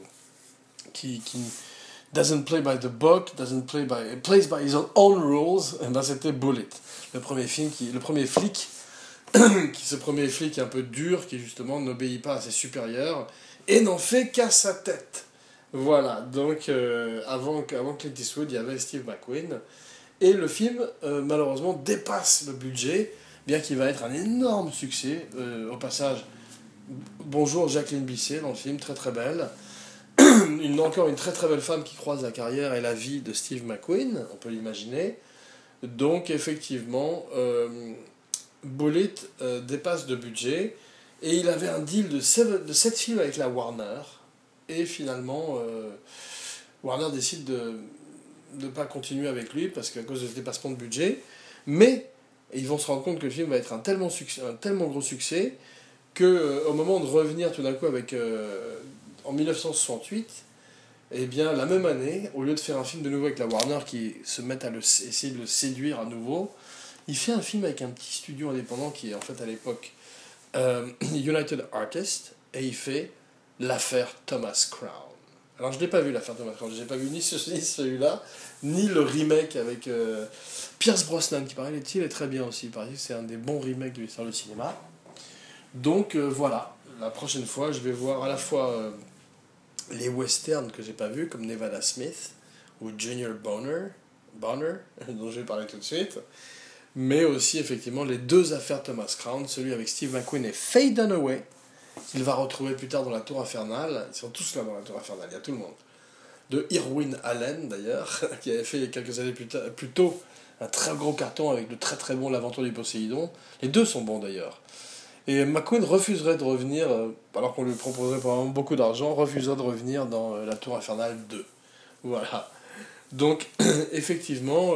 qui doesn't play by the book, plays by his own rules, et ben c'était Bullet. Le premier flic, ce premier flic un peu dur, qui justement n'obéit pas à ses supérieurs, et n'en fait qu'à sa tête. Voilà, donc avant Clint Eastwood, il y avait Steve McQueen, et le film, malheureusement, dépasse le budget, bien qu'il va être un énorme succès. Au passage, bonjour Jacqueline Bisset dans le film, très très belle. Encore une très très belle femme qui croise la carrière et la vie de Steve McQueen, on peut l'imaginer. Donc effectivement, Bullet dépasse de budget, et il avait un deal de 7 films avec la Warner, et finalement Warner décide de ne pas continuer avec lui parce qu'à cause de ce dépassement de budget. Mais ils vont se rendre compte que le film va être un tellement gros succès que au moment de revenir tout d'un coup avec en 1968, et bien la même année, au lieu de faire un film de nouveau avec la Warner qui se met à essayer de le séduire à nouveau, il fait un film avec un petit studio indépendant qui est en fait à l'époque United Artists, et il fait l'affaire Thomas Crown. Alors je n'ai pas vu l'affaire Thomas Crown, je n'ai pas vu ni celui-là, ni le remake avec Pierce Brosnan, qui paraît-il est très bien aussi, il paraît que c'est un des bons remakes de l'histoire du cinéma. Donc voilà, la prochaine fois je vais voir à la fois les westerns que j'ai pas vus, comme Nevada Smith ou Junior Bonner, dont je vais parler tout de suite, mais aussi effectivement les deux affaires Thomas Crown, celui avec Steve McQueen et Faye Dunaway, qu'il va retrouver plus tard dans la Tour Infernale. Ils sont tous là dans la Tour Infernale, il y a tout le monde. De Irwin Allen d'ailleurs, qui avait fait quelques années plus tôt un très gros carton avec le très très bon L'Aventure du Poséidon. Les deux sont bons d'ailleurs. Et McQueen refuserait de revenir, alors qu'on lui proposerait probablement beaucoup d'argent, refuserait de revenir dans la Tour Infernale 2. Voilà. Donc, effectivement,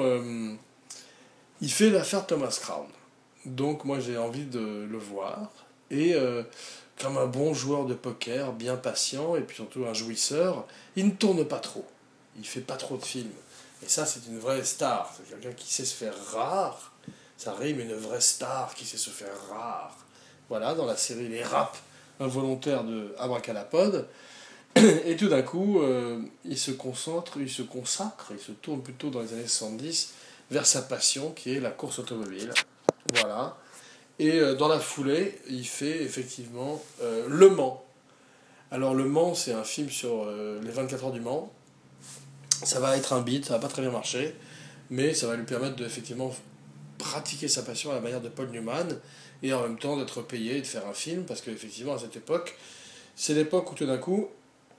il fait l'affaire Thomas Crown. Donc, moi, j'ai envie de le voir. Et comme un bon joueur de poker, bien patient, et puis surtout un jouisseur, il ne tourne pas trop. Il fait pas trop de films. Et ça, c'est une vraie star. C'est quelqu'un qui sait se faire rare. Ça rime, une vraie star qui sait se faire rare. Voilà, dans la série Les Raps involontaires de Abracadapod. Et tout d'un coup, il se consacre, il se tourne plutôt dans les années 70 vers sa passion qui est la course automobile. Voilà. Et dans la foulée, il fait effectivement Le Mans. Alors Le Mans, c'est un film sur les 24 heures du Mans. Ça va être un beat, ça va pas très bien marcher, mais ça va lui permettre de effectivement pratiquer sa passion à la manière de Paul Newman, et en même temps d'être payé et de faire un film, parce qu'effectivement à cette époque, c'est l'époque où tout d'un coup,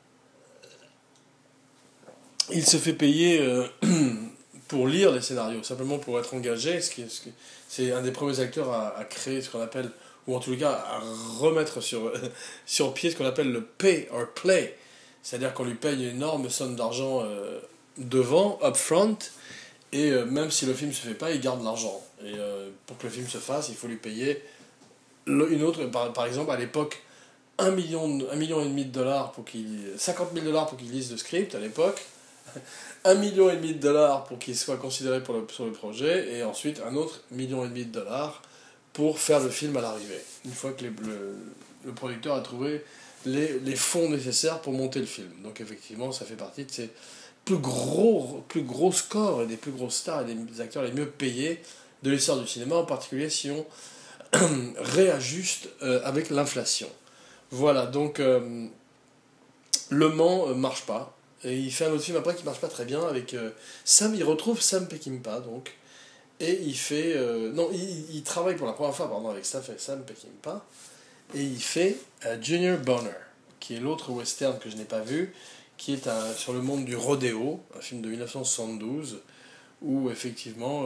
il se fait payer pour lire les scénarios, simplement pour être engagé, c'est un des premiers acteurs à créer ce qu'on appelle, ou en tout cas à remettre sur pied ce qu'on appelle le pay or play, c'est-à-dire qu'on lui paye une énorme somme d'argent devant, upfront, et même si le film ne se fait pas, il garde l'argent. Et pour que le film se fasse, il faut lui payer une autre, par exemple, à l'époque, 1,5 million pour qu'il. 50 000 dollars pour qu'il lise le script à l'époque, 1,5 million de dollars pour qu'il soit considéré sur le projet, et ensuite un autre 1,5 million de dollars pour faire le film à l'arrivée. Une fois que le producteur a trouvé les fonds nécessaires pour monter le film. Donc effectivement, ça fait partie de ces plus gros scores et des plus grosses stars et des acteurs les mieux payés de l'histoire du cinéma, en particulier si on réajuste avec l'inflation. Voilà, donc Le Mans marche pas. Et il fait un autre film après qui marche pas très bien avec il retrouve Sam Peckinpah donc. Et il fait. Non, il travaille pour la première fois avec Sam Peckinpah. Et il fait Junior Bonner, qui est l'autre western que je n'ai pas vu, qui est sur le monde du rodéo, un film de 1972, où effectivement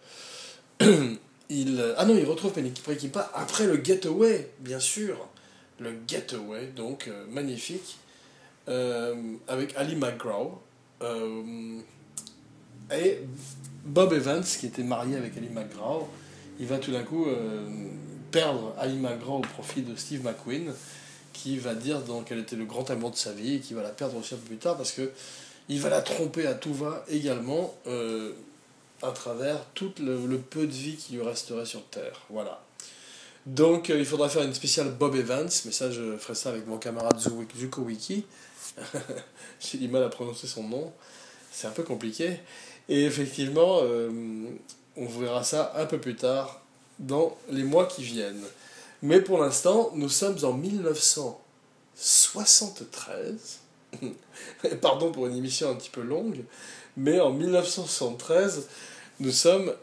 il retrouve Peckinpah après le Getaway, bien sûr. Le Getaway, donc magnifique, avec Ali McGraw et Bob Evans, qui était marié avec Ali McGraw. Il va tout d'un coup perdre Ali McGraw au profit de Steve McQueen, qui va dire donc quel était le grand amour de sa vie, et qui va la perdre aussi un peu plus tard parce que il va la tromper à tout va également à travers tout le peu de vie qui lui resterait sur Terre. Voilà. Donc il faudra faire une spéciale Bob Evans, mais ça je ferai ça avec mon camarade Zuko Wiki. J'ai du mal à prononcer son nom, c'est un peu compliqué. Et effectivement, on verra ça un peu plus tard dans les mois qui viennent. Mais pour l'instant, nous sommes en 1973. Pardon pour une émission un petit peu longue, mais en 1973, nous sommes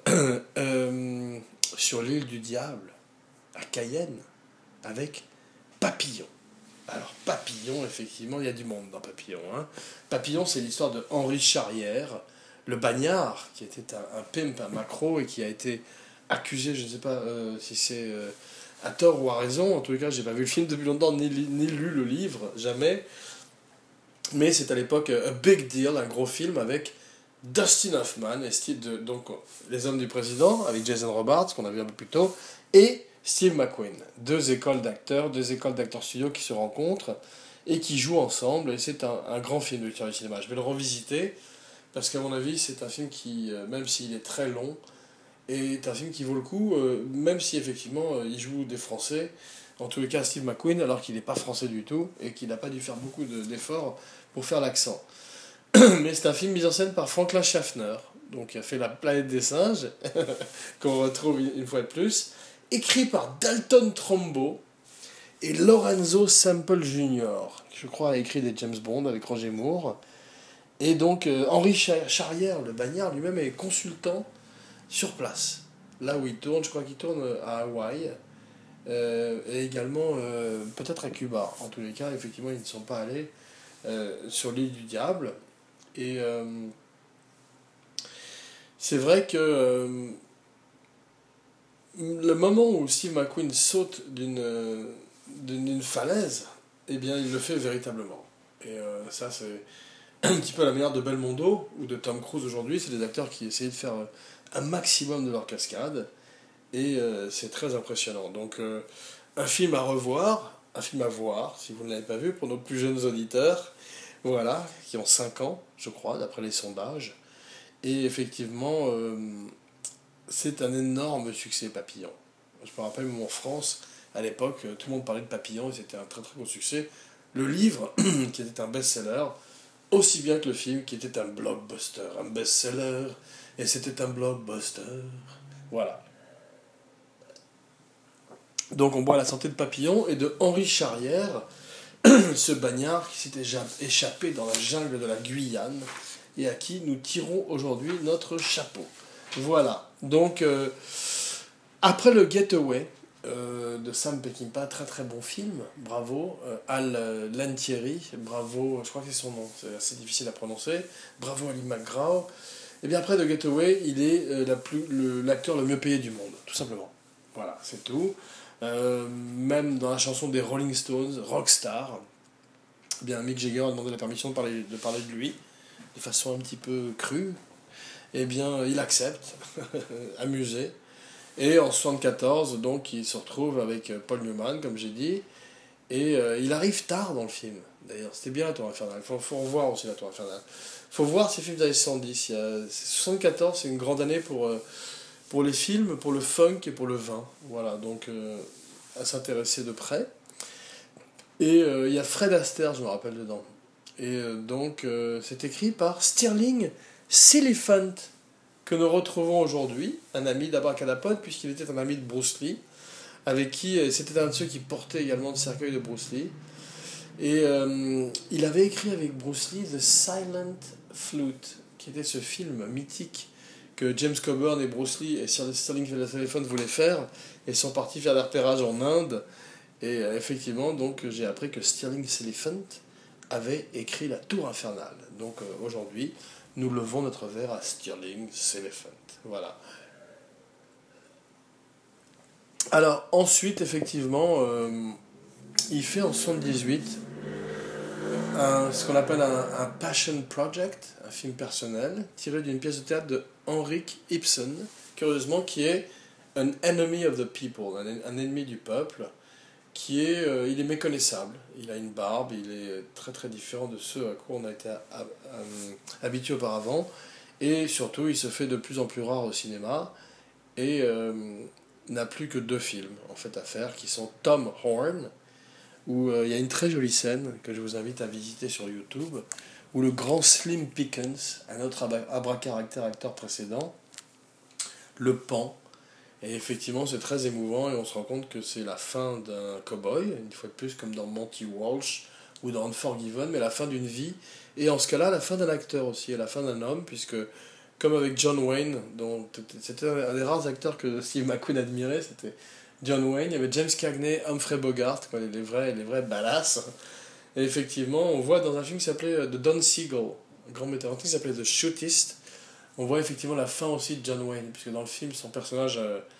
sur l'île du Diable, à Cayenne, avec Papillon. Alors, Papillon, effectivement, il y a du monde dans Papillon. Hein. Papillon, c'est l'histoire de Henri Charrière, le bagnard, qui était un pimp, un macro, et qui a été accusé, je ne sais pas si c'est à tort ou à raison, en tout cas, j'ai pas vu le film depuis longtemps, ni lu le livre, jamais, Mais c'est à l'époque a big deal, un gros film avec Dustin Hoffman, et donc Les Hommes du Président, avec Jason Robards, qu'on a vu un peu plus tôt, et Steve McQueen. Deux écoles d'acteurs studio qui se rencontrent et qui jouent ensemble, et c'est un grand film de l'histoire du cinéma. Je vais le revisiter, parce qu'à mon avis, c'est un film qui, même s'il est très long, est un film qui vaut le coup, même si effectivement il joue des Français, en tous les cas Steve McQueen, alors qu'il n'est pas français du tout, et qu'il n'a pas dû faire beaucoup d'efforts pour faire l'accent. Mais c'est un film mis en scène par Franklin Schaffner, donc qui a fait La Planète des Singes, qu'on retrouve une fois de plus, écrit par Dalton Trumbo et Lorenzo Semple Jr., qui je crois a écrit des James Bond avec Roger Moore. Et donc Henri Charrière, le bagnard, lui-même est consultant sur place. Là où il tourne, je crois qu'il tourne à Hawaï, et également peut-être à Cuba. En tous les cas, effectivement, ils ne sont pas allés sur l'île du Diable. Et c'est vrai que le moment où Steve McQueen saute d'une falaise, eh bien, il le fait véritablement. Et ça, c'est un petit peu la manière de Belmondo ou de Tom Cruise aujourd'hui. C'est des acteurs qui essayaient de faire un maximum de leur cascade. Et c'est très impressionnant. Donc, un film à revoir, un film à voir, si vous ne l'avez pas vu, pour nos plus jeunes auditeurs, voilà, qui ont 5 ans, je crois, d'après les sondages. Et effectivement, c'est un énorme succès, Papillon. Je me rappelle même en France, à l'époque, tout le monde parlait de Papillon et c'était un très très gros succès. Le livre, qui était un best-seller, aussi bien que le film, qui était un blockbuster, un best-seller, et c'était un blockbuster. Voilà. Donc on boit la santé de Papillon et de Henri Charrière, ce bagnard qui s'était échappé dans la jungle de la Guyane et à qui nous tirons aujourd'hui notre chapeau. Voilà. Donc après le Getaway de Sam Peckinpah, très très bon film, bravo. Al Lantieri, bravo, je crois que c'est son nom, c'est assez difficile à prononcer, bravo Ali McGraw. Et bien après The Getaway, il est l'acteur le mieux payé du monde, tout simplement. Voilà, c'est tout. Même dans la chanson des Rolling Stones, Rockstar, eh bien Mick Jagger a demandé la permission de parler de lui, de façon un petit peu crue. Eh bien, il accepte, amusé. Et en 1974, donc, il se retrouve avec Paul Newman, comme j'ai dit, et il arrive tard dans le film. D'ailleurs, c'était bien la Tour Infernale. Il faut revoir aussi la Tour Infernale. Il faut voir ces films des années 70. 74, c'est une grande année pour les films, pour le funk et pour le vin. Voilà, donc à s'intéresser de près. Et il y a Fred Astaire, je me rappelle dedans. Et donc, c'est écrit par Stirling Silliphant, que nous retrouvons aujourd'hui, un ami d'Abracadapod, puisqu'il était un ami de Bruce Lee, avec qui c'était un de ceux qui portait également le cercueil de Bruce Lee. Et il avait écrit avec Bruce Lee The Silent Flute, qui était ce film mythique que James Coburn et Bruce Lee et Stirling Silliphant voulaient faire, et sont partis faire des repérages en Inde. Et effectivement, donc j'ai appris que Stirling Silliphant avait écrit La Tour Infernale. Donc aujourd'hui, nous levons notre verre à Stirling Silliphant. Voilà. Alors ensuite, effectivement, il fait en 78 ce qu'on appelle un passion project, un film personnel, tiré d'une pièce de théâtre de Henrik Ibsen, curieusement, qui est an enemy of the people, un ennemi du peuple, il est méconnaissable. Il a une barbe, il est très très différent de ceux à quoi on a été habitué auparavant, et surtout, il se fait de plus en plus rare au cinéma, et n'a plus que 2 films en fait à faire, qui sont Tom Horn, où il y a une très jolie scène que je vous invite à visiter sur YouTube, où le grand Slim Pickens, un autre abracadabra acteur précédent, le pend. Et effectivement, c'est très émouvant et on se rend compte que c'est la fin d'un cow-boy, une fois de plus comme dans Monty Walsh ou dans Unforgiven, mais la fin d'une vie. Et en ce cas-là, la fin d'un acteur aussi, et la fin d'un homme, puisque comme avec John Wayne, dont c'était un des rares acteurs que Steve McQueen admirait, c'était John Wayne, il y avait James Cagney, Humphrey Bogart, quoi, les vrais badass. Et effectivement, on voit dans un film qui s'appelait de Don Siegel, un grand metteur en scène qui s'appelait The Shootist, on voit effectivement la fin aussi de John Wayne, puisque dans le film, son personnage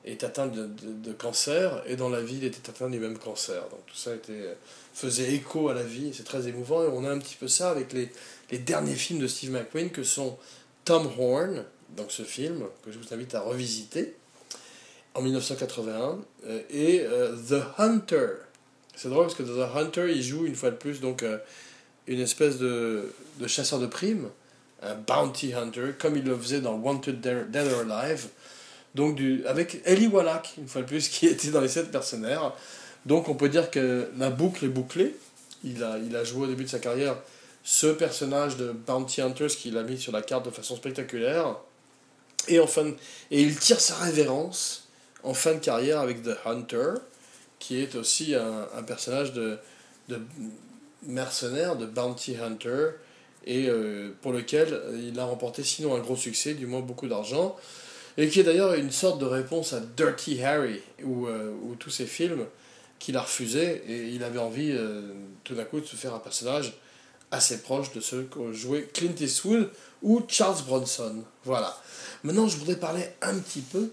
est atteint de cancer, et dans la vie, il était atteint du même cancer. Donc tout ça faisait écho à la vie, et c'est très émouvant, et on a un petit peu ça avec les derniers films de Steve McQueen, que sont Tom Horn, donc ce film, que je vous invite à revisiter, en 1981, et The Hunter. C'est drôle parce que dans The Hunter, il joue une fois de plus donc, une espèce de chasseur de primes, un bounty hunter, comme il le faisait dans Wanted Dead or Alive, donc avec Eli Wallach, une fois de plus, qui était dans les 7 mercenaires. Donc on peut dire que la boucle est bouclée. Il a joué au début de sa carrière ce personnage de bounty hunter, ce qu'il a mis sur la carte de façon spectaculaire. Et il tire sa révérence en fin de carrière avec The Hunter, qui est aussi un personnage de mercenaire, de bounty hunter, et pour lequel il a remporté sinon un gros succès, du moins beaucoup d'argent, et qui est d'ailleurs une sorte de réponse à Dirty Harry, ou tous ces films qu'il a refusés, et il avait envie tout d'un coup de se faire un personnage assez proche de ceux qu'ont joué Clint Eastwood ou Charles Bronson. Voilà. Maintenant, je voudrais parler un petit peu,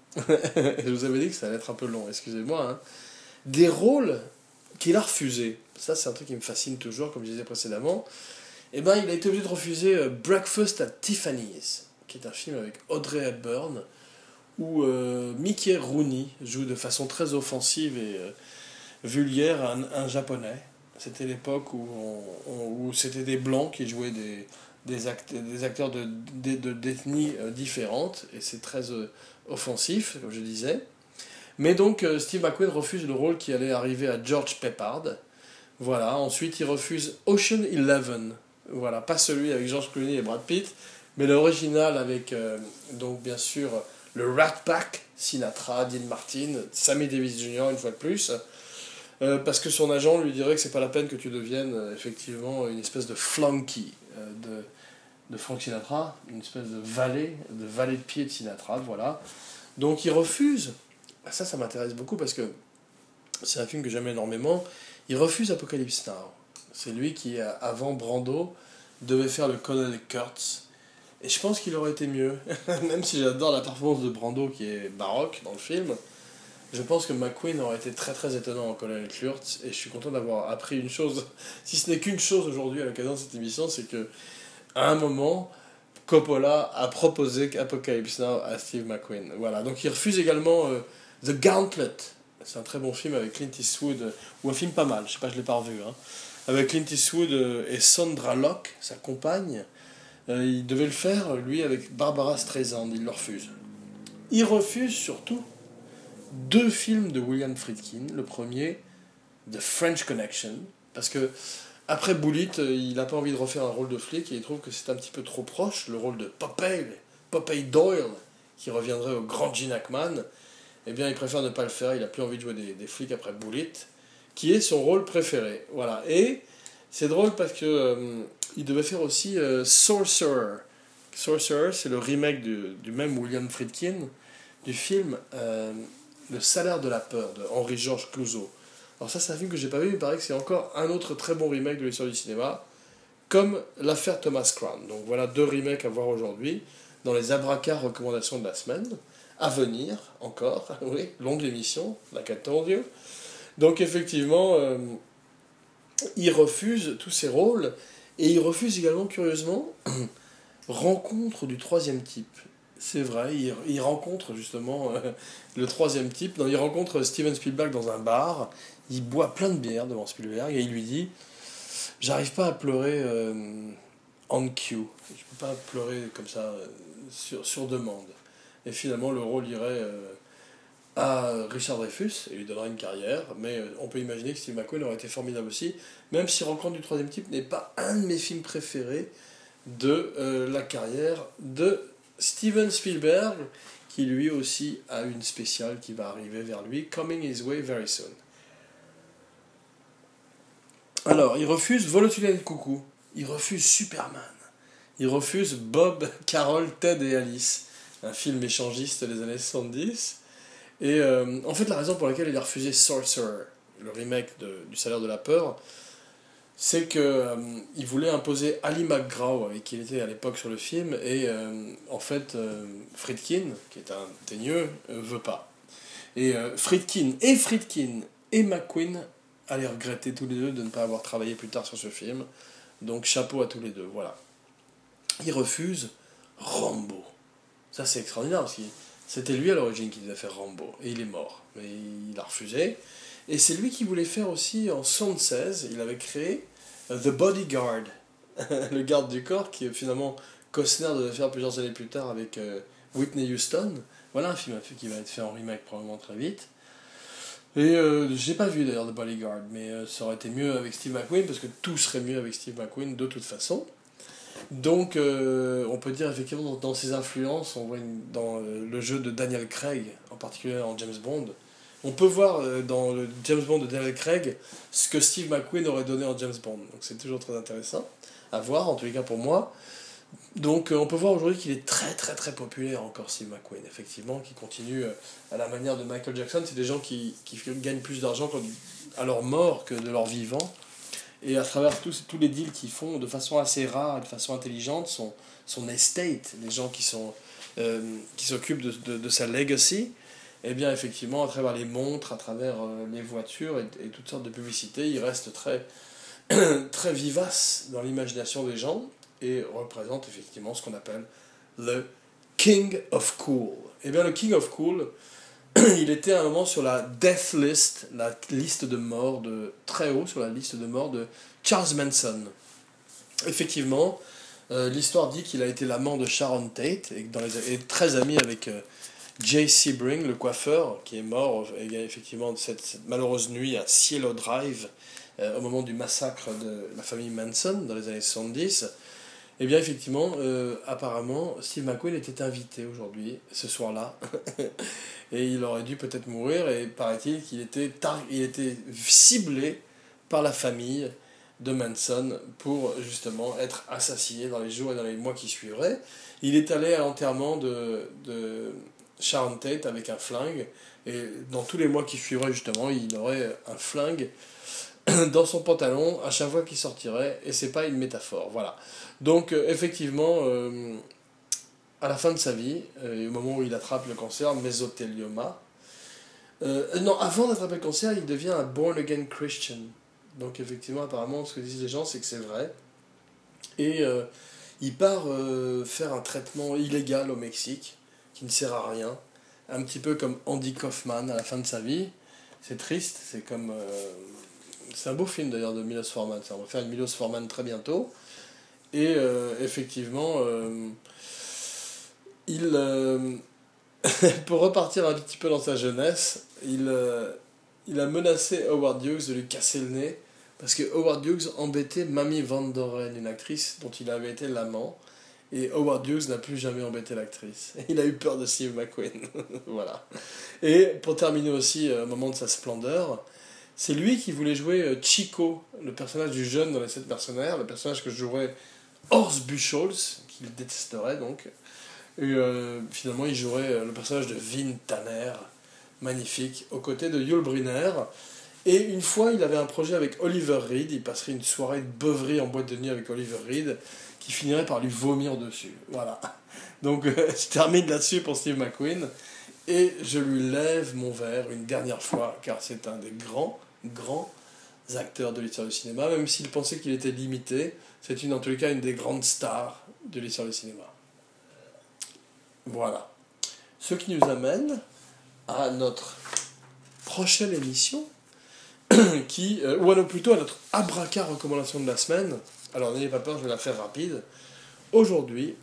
je vous avais dit que ça allait être un peu long, excusez-moi, hein, des rôles qu'il a refusés. Ça, c'est un truc qui me fascine toujours, comme je disais précédemment. Eh ben, il a été obligé de refuser Breakfast at Tiffany's, qui est un film avec Audrey Hepburn, où Mickey Rooney joue de façon très offensive et vulgaire un japonais. C'était l'époque où c'était des blancs qui jouaient des acteurs d'ethnies différentes, et c'est très offensif, comme je disais. Mais donc Steve McQueen refuse le rôle qui allait arriver à George Peppard. Voilà, ensuite il refuse Ocean Eleven. Voilà, pas celui avec George Clooney et Brad Pitt, mais l'original avec, donc bien sûr, le Rat Pack, Sinatra, Dean Martin, Sammy Davis Jr. une fois de plus, parce que son agent lui dirait que c'est pas la peine que tu deviennes effectivement une espèce de flunky de Frank Sinatra, une espèce de valet de pied de Sinatra, voilà. Donc il refuse. Ça m'intéresse beaucoup parce que c'est un film que j'aime énormément. Il refuse Apocalypse Now. C'est lui qui, avant Brando, devait faire le Colonel Kurtz. Et je pense qu'il aurait été mieux. Même si j'adore la performance de Brando qui est baroque dans le film, je pense que McQueen aurait été très très étonnant en Colonel Kurtz. Et je suis content d'avoir appris une chose, si ce n'est qu'une chose aujourd'hui à l'occasion de cette émission, c'est que à un moment, Coppola a proposé Apocalypse Now à Steve McQueen. Voilà, donc il refuse également The Gauntlet. C'est un très bon film avec Clint Eastwood, ou un film pas mal, je sais pas, je l'ai pas revu, hein. Avec Clint Eastwood et Sandra Locke, sa compagne. Il devait le faire, lui, avec Barbara Streisand, il le refuse. Il refuse surtout 2 films de William Friedkin. Le premier, The French Connection, parce que après Bullitt, il n'a pas envie de refaire un rôle de flic, et il trouve que c'est un petit peu trop proche, le rôle de Popeye Doyle, qui reviendrait au grand Gene Hackman. Eh bien, il préfère ne pas le faire, il n'a plus envie de jouer des flics après Bullitt, qui est son rôle préféré. Voilà. Et c'est drôle parce que il devait faire aussi Sorcerer. Sorcerer, c'est le remake du même William Friedkin, du film Le Salaire de la peur, de Henri-Georges Clouzot. Alors ça, c'est un film que j'ai pas vu, mais il paraît que c'est encore un autre très bon remake de l'histoire du cinéma, comme l'affaire Thomas Crown. Donc voilà 2 remakes à voir aujourd'hui, dans les abracas recommandations de la semaine. À venir, encore, oui, longue émission, la 14 Dieu. Donc effectivement, il refuse tous ses rôles, et il refuse également, curieusement, Rencontre du troisième type. C'est vrai, il rencontre justement le troisième type. Il rencontre Steven Spielberg dans un bar, il boit plein de bière devant Spielberg, et il lui dit « J'arrive pas à pleurer on cue, je peux pas pleurer comme ça sur demande ». Et finalement, le rôle irait à Richard Dreyfuss et lui donnera une carrière, mais on peut imaginer que Steve McQueen aurait été formidable aussi, même si Rencontre du troisième type n'est pas un de mes films préférés de la carrière de Steven Spielberg, qui lui aussi a une spéciale qui va arriver vers lui, Coming His Way Very Soon. Alors, il refuse Volotulen Coucou, il refuse Superman, il refuse Bob, Carol, Ted et Alice, un film échangiste des années 70. Et en fait, la raison pour laquelle il a refusé Sorcerer, le remake du Salaire de la peur, c'est qu'il voulait imposer Ali McGraw, avec qui il était à l'époque sur le film, et en fait, Friedkin, qui est un teigneux, veut pas. Et Friedkin et McQueen allaient regretter tous les deux de ne pas avoir travaillé plus tard sur ce film. Donc chapeau à tous les deux, voilà. Ils refusent Rambo. Ça c'est extraordinaire parce que c'était lui à l'origine qui devait faire Rambo. Et il est mort. Mais il a refusé. Et c'est lui qui voulait faire aussi en 1976, il avait créé The Bodyguard, le garde du corps, qui finalement Costner devait faire plusieurs années plus tard avec Whitney Houston. Voilà un film qui va être fait en remake probablement très vite. Et j'ai pas vu d'ailleurs The Bodyguard, mais ça aurait été mieux avec Steve McQueen, parce que tout serait mieux avec Steve McQueen de toute façon. Donc on peut dire effectivement dans ses influences, on voit dans le jeu de Daniel Craig, en particulier en James Bond, on peut voir dans le James Bond de Daniel Craig ce que Steve McQueen aurait donné en James Bond. Donc c'est toujours très intéressant à voir, en tous les cas pour moi. Donc on peut voir aujourd'hui qu'il est très très très populaire encore, Steve McQueen, effectivement, qui continue à la manière de Michael Jackson. C'est des gens qui gagnent plus d'argent à leur mort que de leur vivant. Et à travers tous les deals qu'ils font de façon assez rare, de façon intelligente, son estate, les gens qui s'occupent de sa legacy, eh bien effectivement, à travers les montres, à travers les voitures et toutes sortes de publicités, il reste très, très vivace dans l'imagination des gens et représente effectivement ce qu'on appelle le King of Cool. Eh bien le King of Cool, il était à un moment sur la death list, la liste de morts, très haut sur la liste de morts de Charles Manson. Effectivement, l'histoire dit qu'il a été l'amant de Sharon Tate et très ami avec Jay Sebring, le coiffeur, qui est mort effectivement cette malheureuse nuit à Cielo Drive, au moment du massacre de la famille Manson dans les années 70. Eh bien, effectivement, apparemment, Steve McQueen était invité aujourd'hui, ce soir-là, et il aurait dû peut-être mourir, et paraît-il qu'il il était ciblé par la famille de Manson pour justement être assassiné dans les jours et dans les mois qui suivraient. Il est allé à l'enterrement de Sharon Tate avec un flingue, et dans tous les mois qui suivraient, justement, il aurait un flingue dans son pantalon à chaque fois qu'il sortirait, et c'est pas une métaphore, voilà. Donc effectivement, à la fin de sa vie, au moment où il attrape le cancer, mésothélioma, non, avant d'attraper le cancer, il devient un born again Christian. Donc effectivement, apparemment, ce que disent les gens, c'est que c'est vrai. Et il part faire un traitement illégal au Mexique, qui ne sert à rien, un petit peu comme Andy Kaufman à la fin de sa vie. C'est triste, c'est comme... c'est un beau film d'ailleurs de Milos Forman, ça. On va faire une Milos Forman très bientôt. Et effectivement, pour repartir un petit peu dans sa jeunesse, il a menacé Howard Hughes de lui casser le nez, parce que Howard Hughes embêtait Mamie Van Doren, une actrice dont il avait été l'amant, et Howard Hughes n'a plus jamais embêté l'actrice. Il a eu peur de Steve McQueen. Voilà. Et pour terminer aussi, au moment de sa splendeur, c'est lui qui voulait jouer Chico, le personnage du jeune dans les 7 mercenaires, le personnage que jouerait Horst Buchholz, qu'il détesterait donc. Et finalement, il jouerait le personnage de Vin Tanner, magnifique, aux côtés de Yul Brynner. Et une fois, il avait un projet avec Oliver Reed, il passerait une soirée de beuverie en boîte de nuit avec Oliver Reed, qui finirait par lui vomir dessus. Voilà. Donc, je termine là-dessus pour Steve McQueen, et je lui lève mon verre une dernière fois, car c'est un des grands acteurs de l'histoire du cinéma, même s'il pensait qu'il était limité, c'est en tous les cas une des grandes stars de l'histoire du cinéma. Voilà. Ce qui nous amène à notre prochaine émission, ou alors plutôt à notre abraca recommandation de la semaine. Alors n'ayez pas peur, je vais la faire rapide. Aujourd'hui,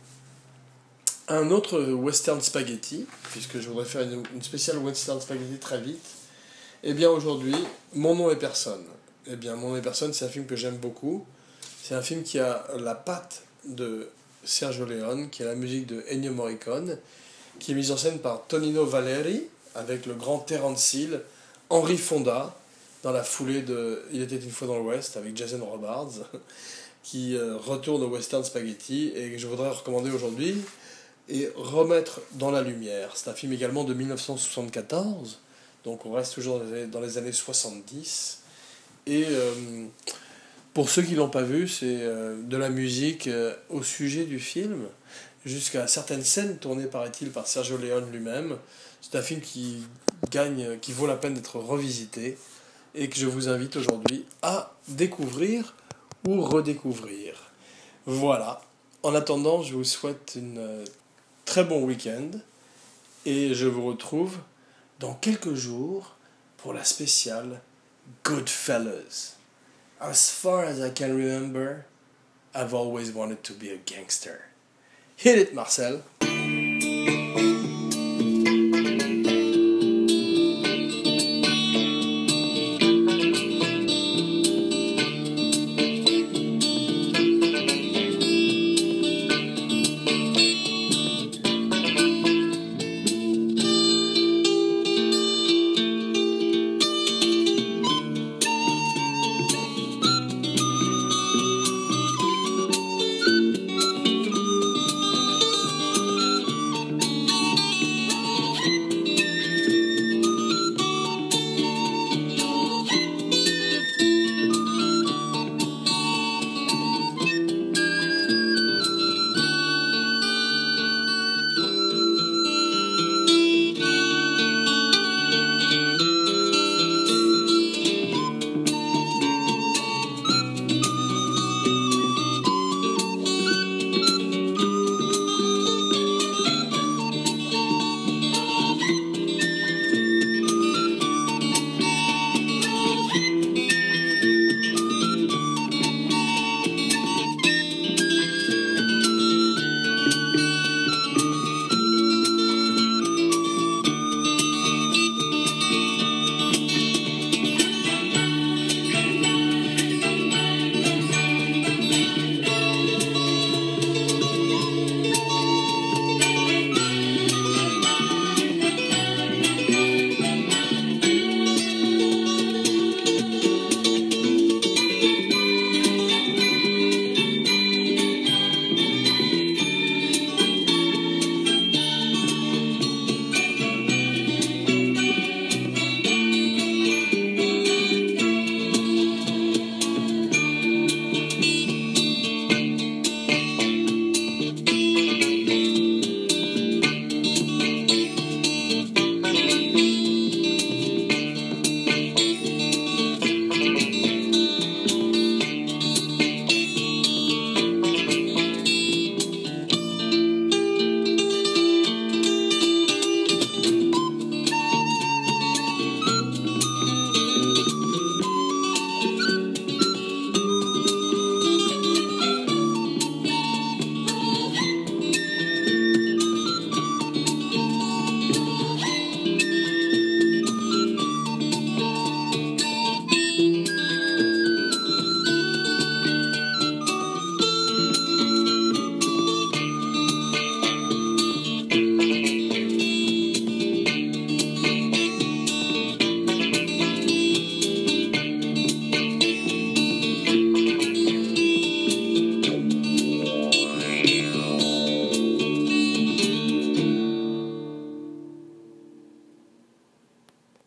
un autre western spaghetti, puisque je voudrais faire une spéciale western spaghetti très vite. Eh bien aujourd'hui, Mon nom est personne. Eh bien Mon nom est personne, c'est un film que j'aime beaucoup. C'est un film qui a la patte de Sergio Leone, qui a la musique de Ennio Morricone, qui est mise en scène par Tonino Valeri, avec le grand Terence Hill, Henry Fonda, dans la foulée de Il était une fois dans l'Ouest, avec Jason Robards, qui retourne au western spaghetti, et que je voudrais recommander aujourd'hui, et remettre dans la lumière. C'est un film également de 1974, donc on reste toujours dans les années 70, et pour ceux qui ne l'ont pas vu, c'est de la musique au sujet du film. jusqu'à certaines scènes tournées, paraît-il, par Sergio Leone lui-même. C'est un film qui vaut la peine d'être revisité et que je vous invite aujourd'hui à découvrir ou redécouvrir. Voilà. En attendant, je vous souhaite un très bon week-end et je vous retrouve dans quelques jours pour la spéciale Goodfellas. As far as I can remember, I've always wanted to be a gangster. Hit it, Marcel!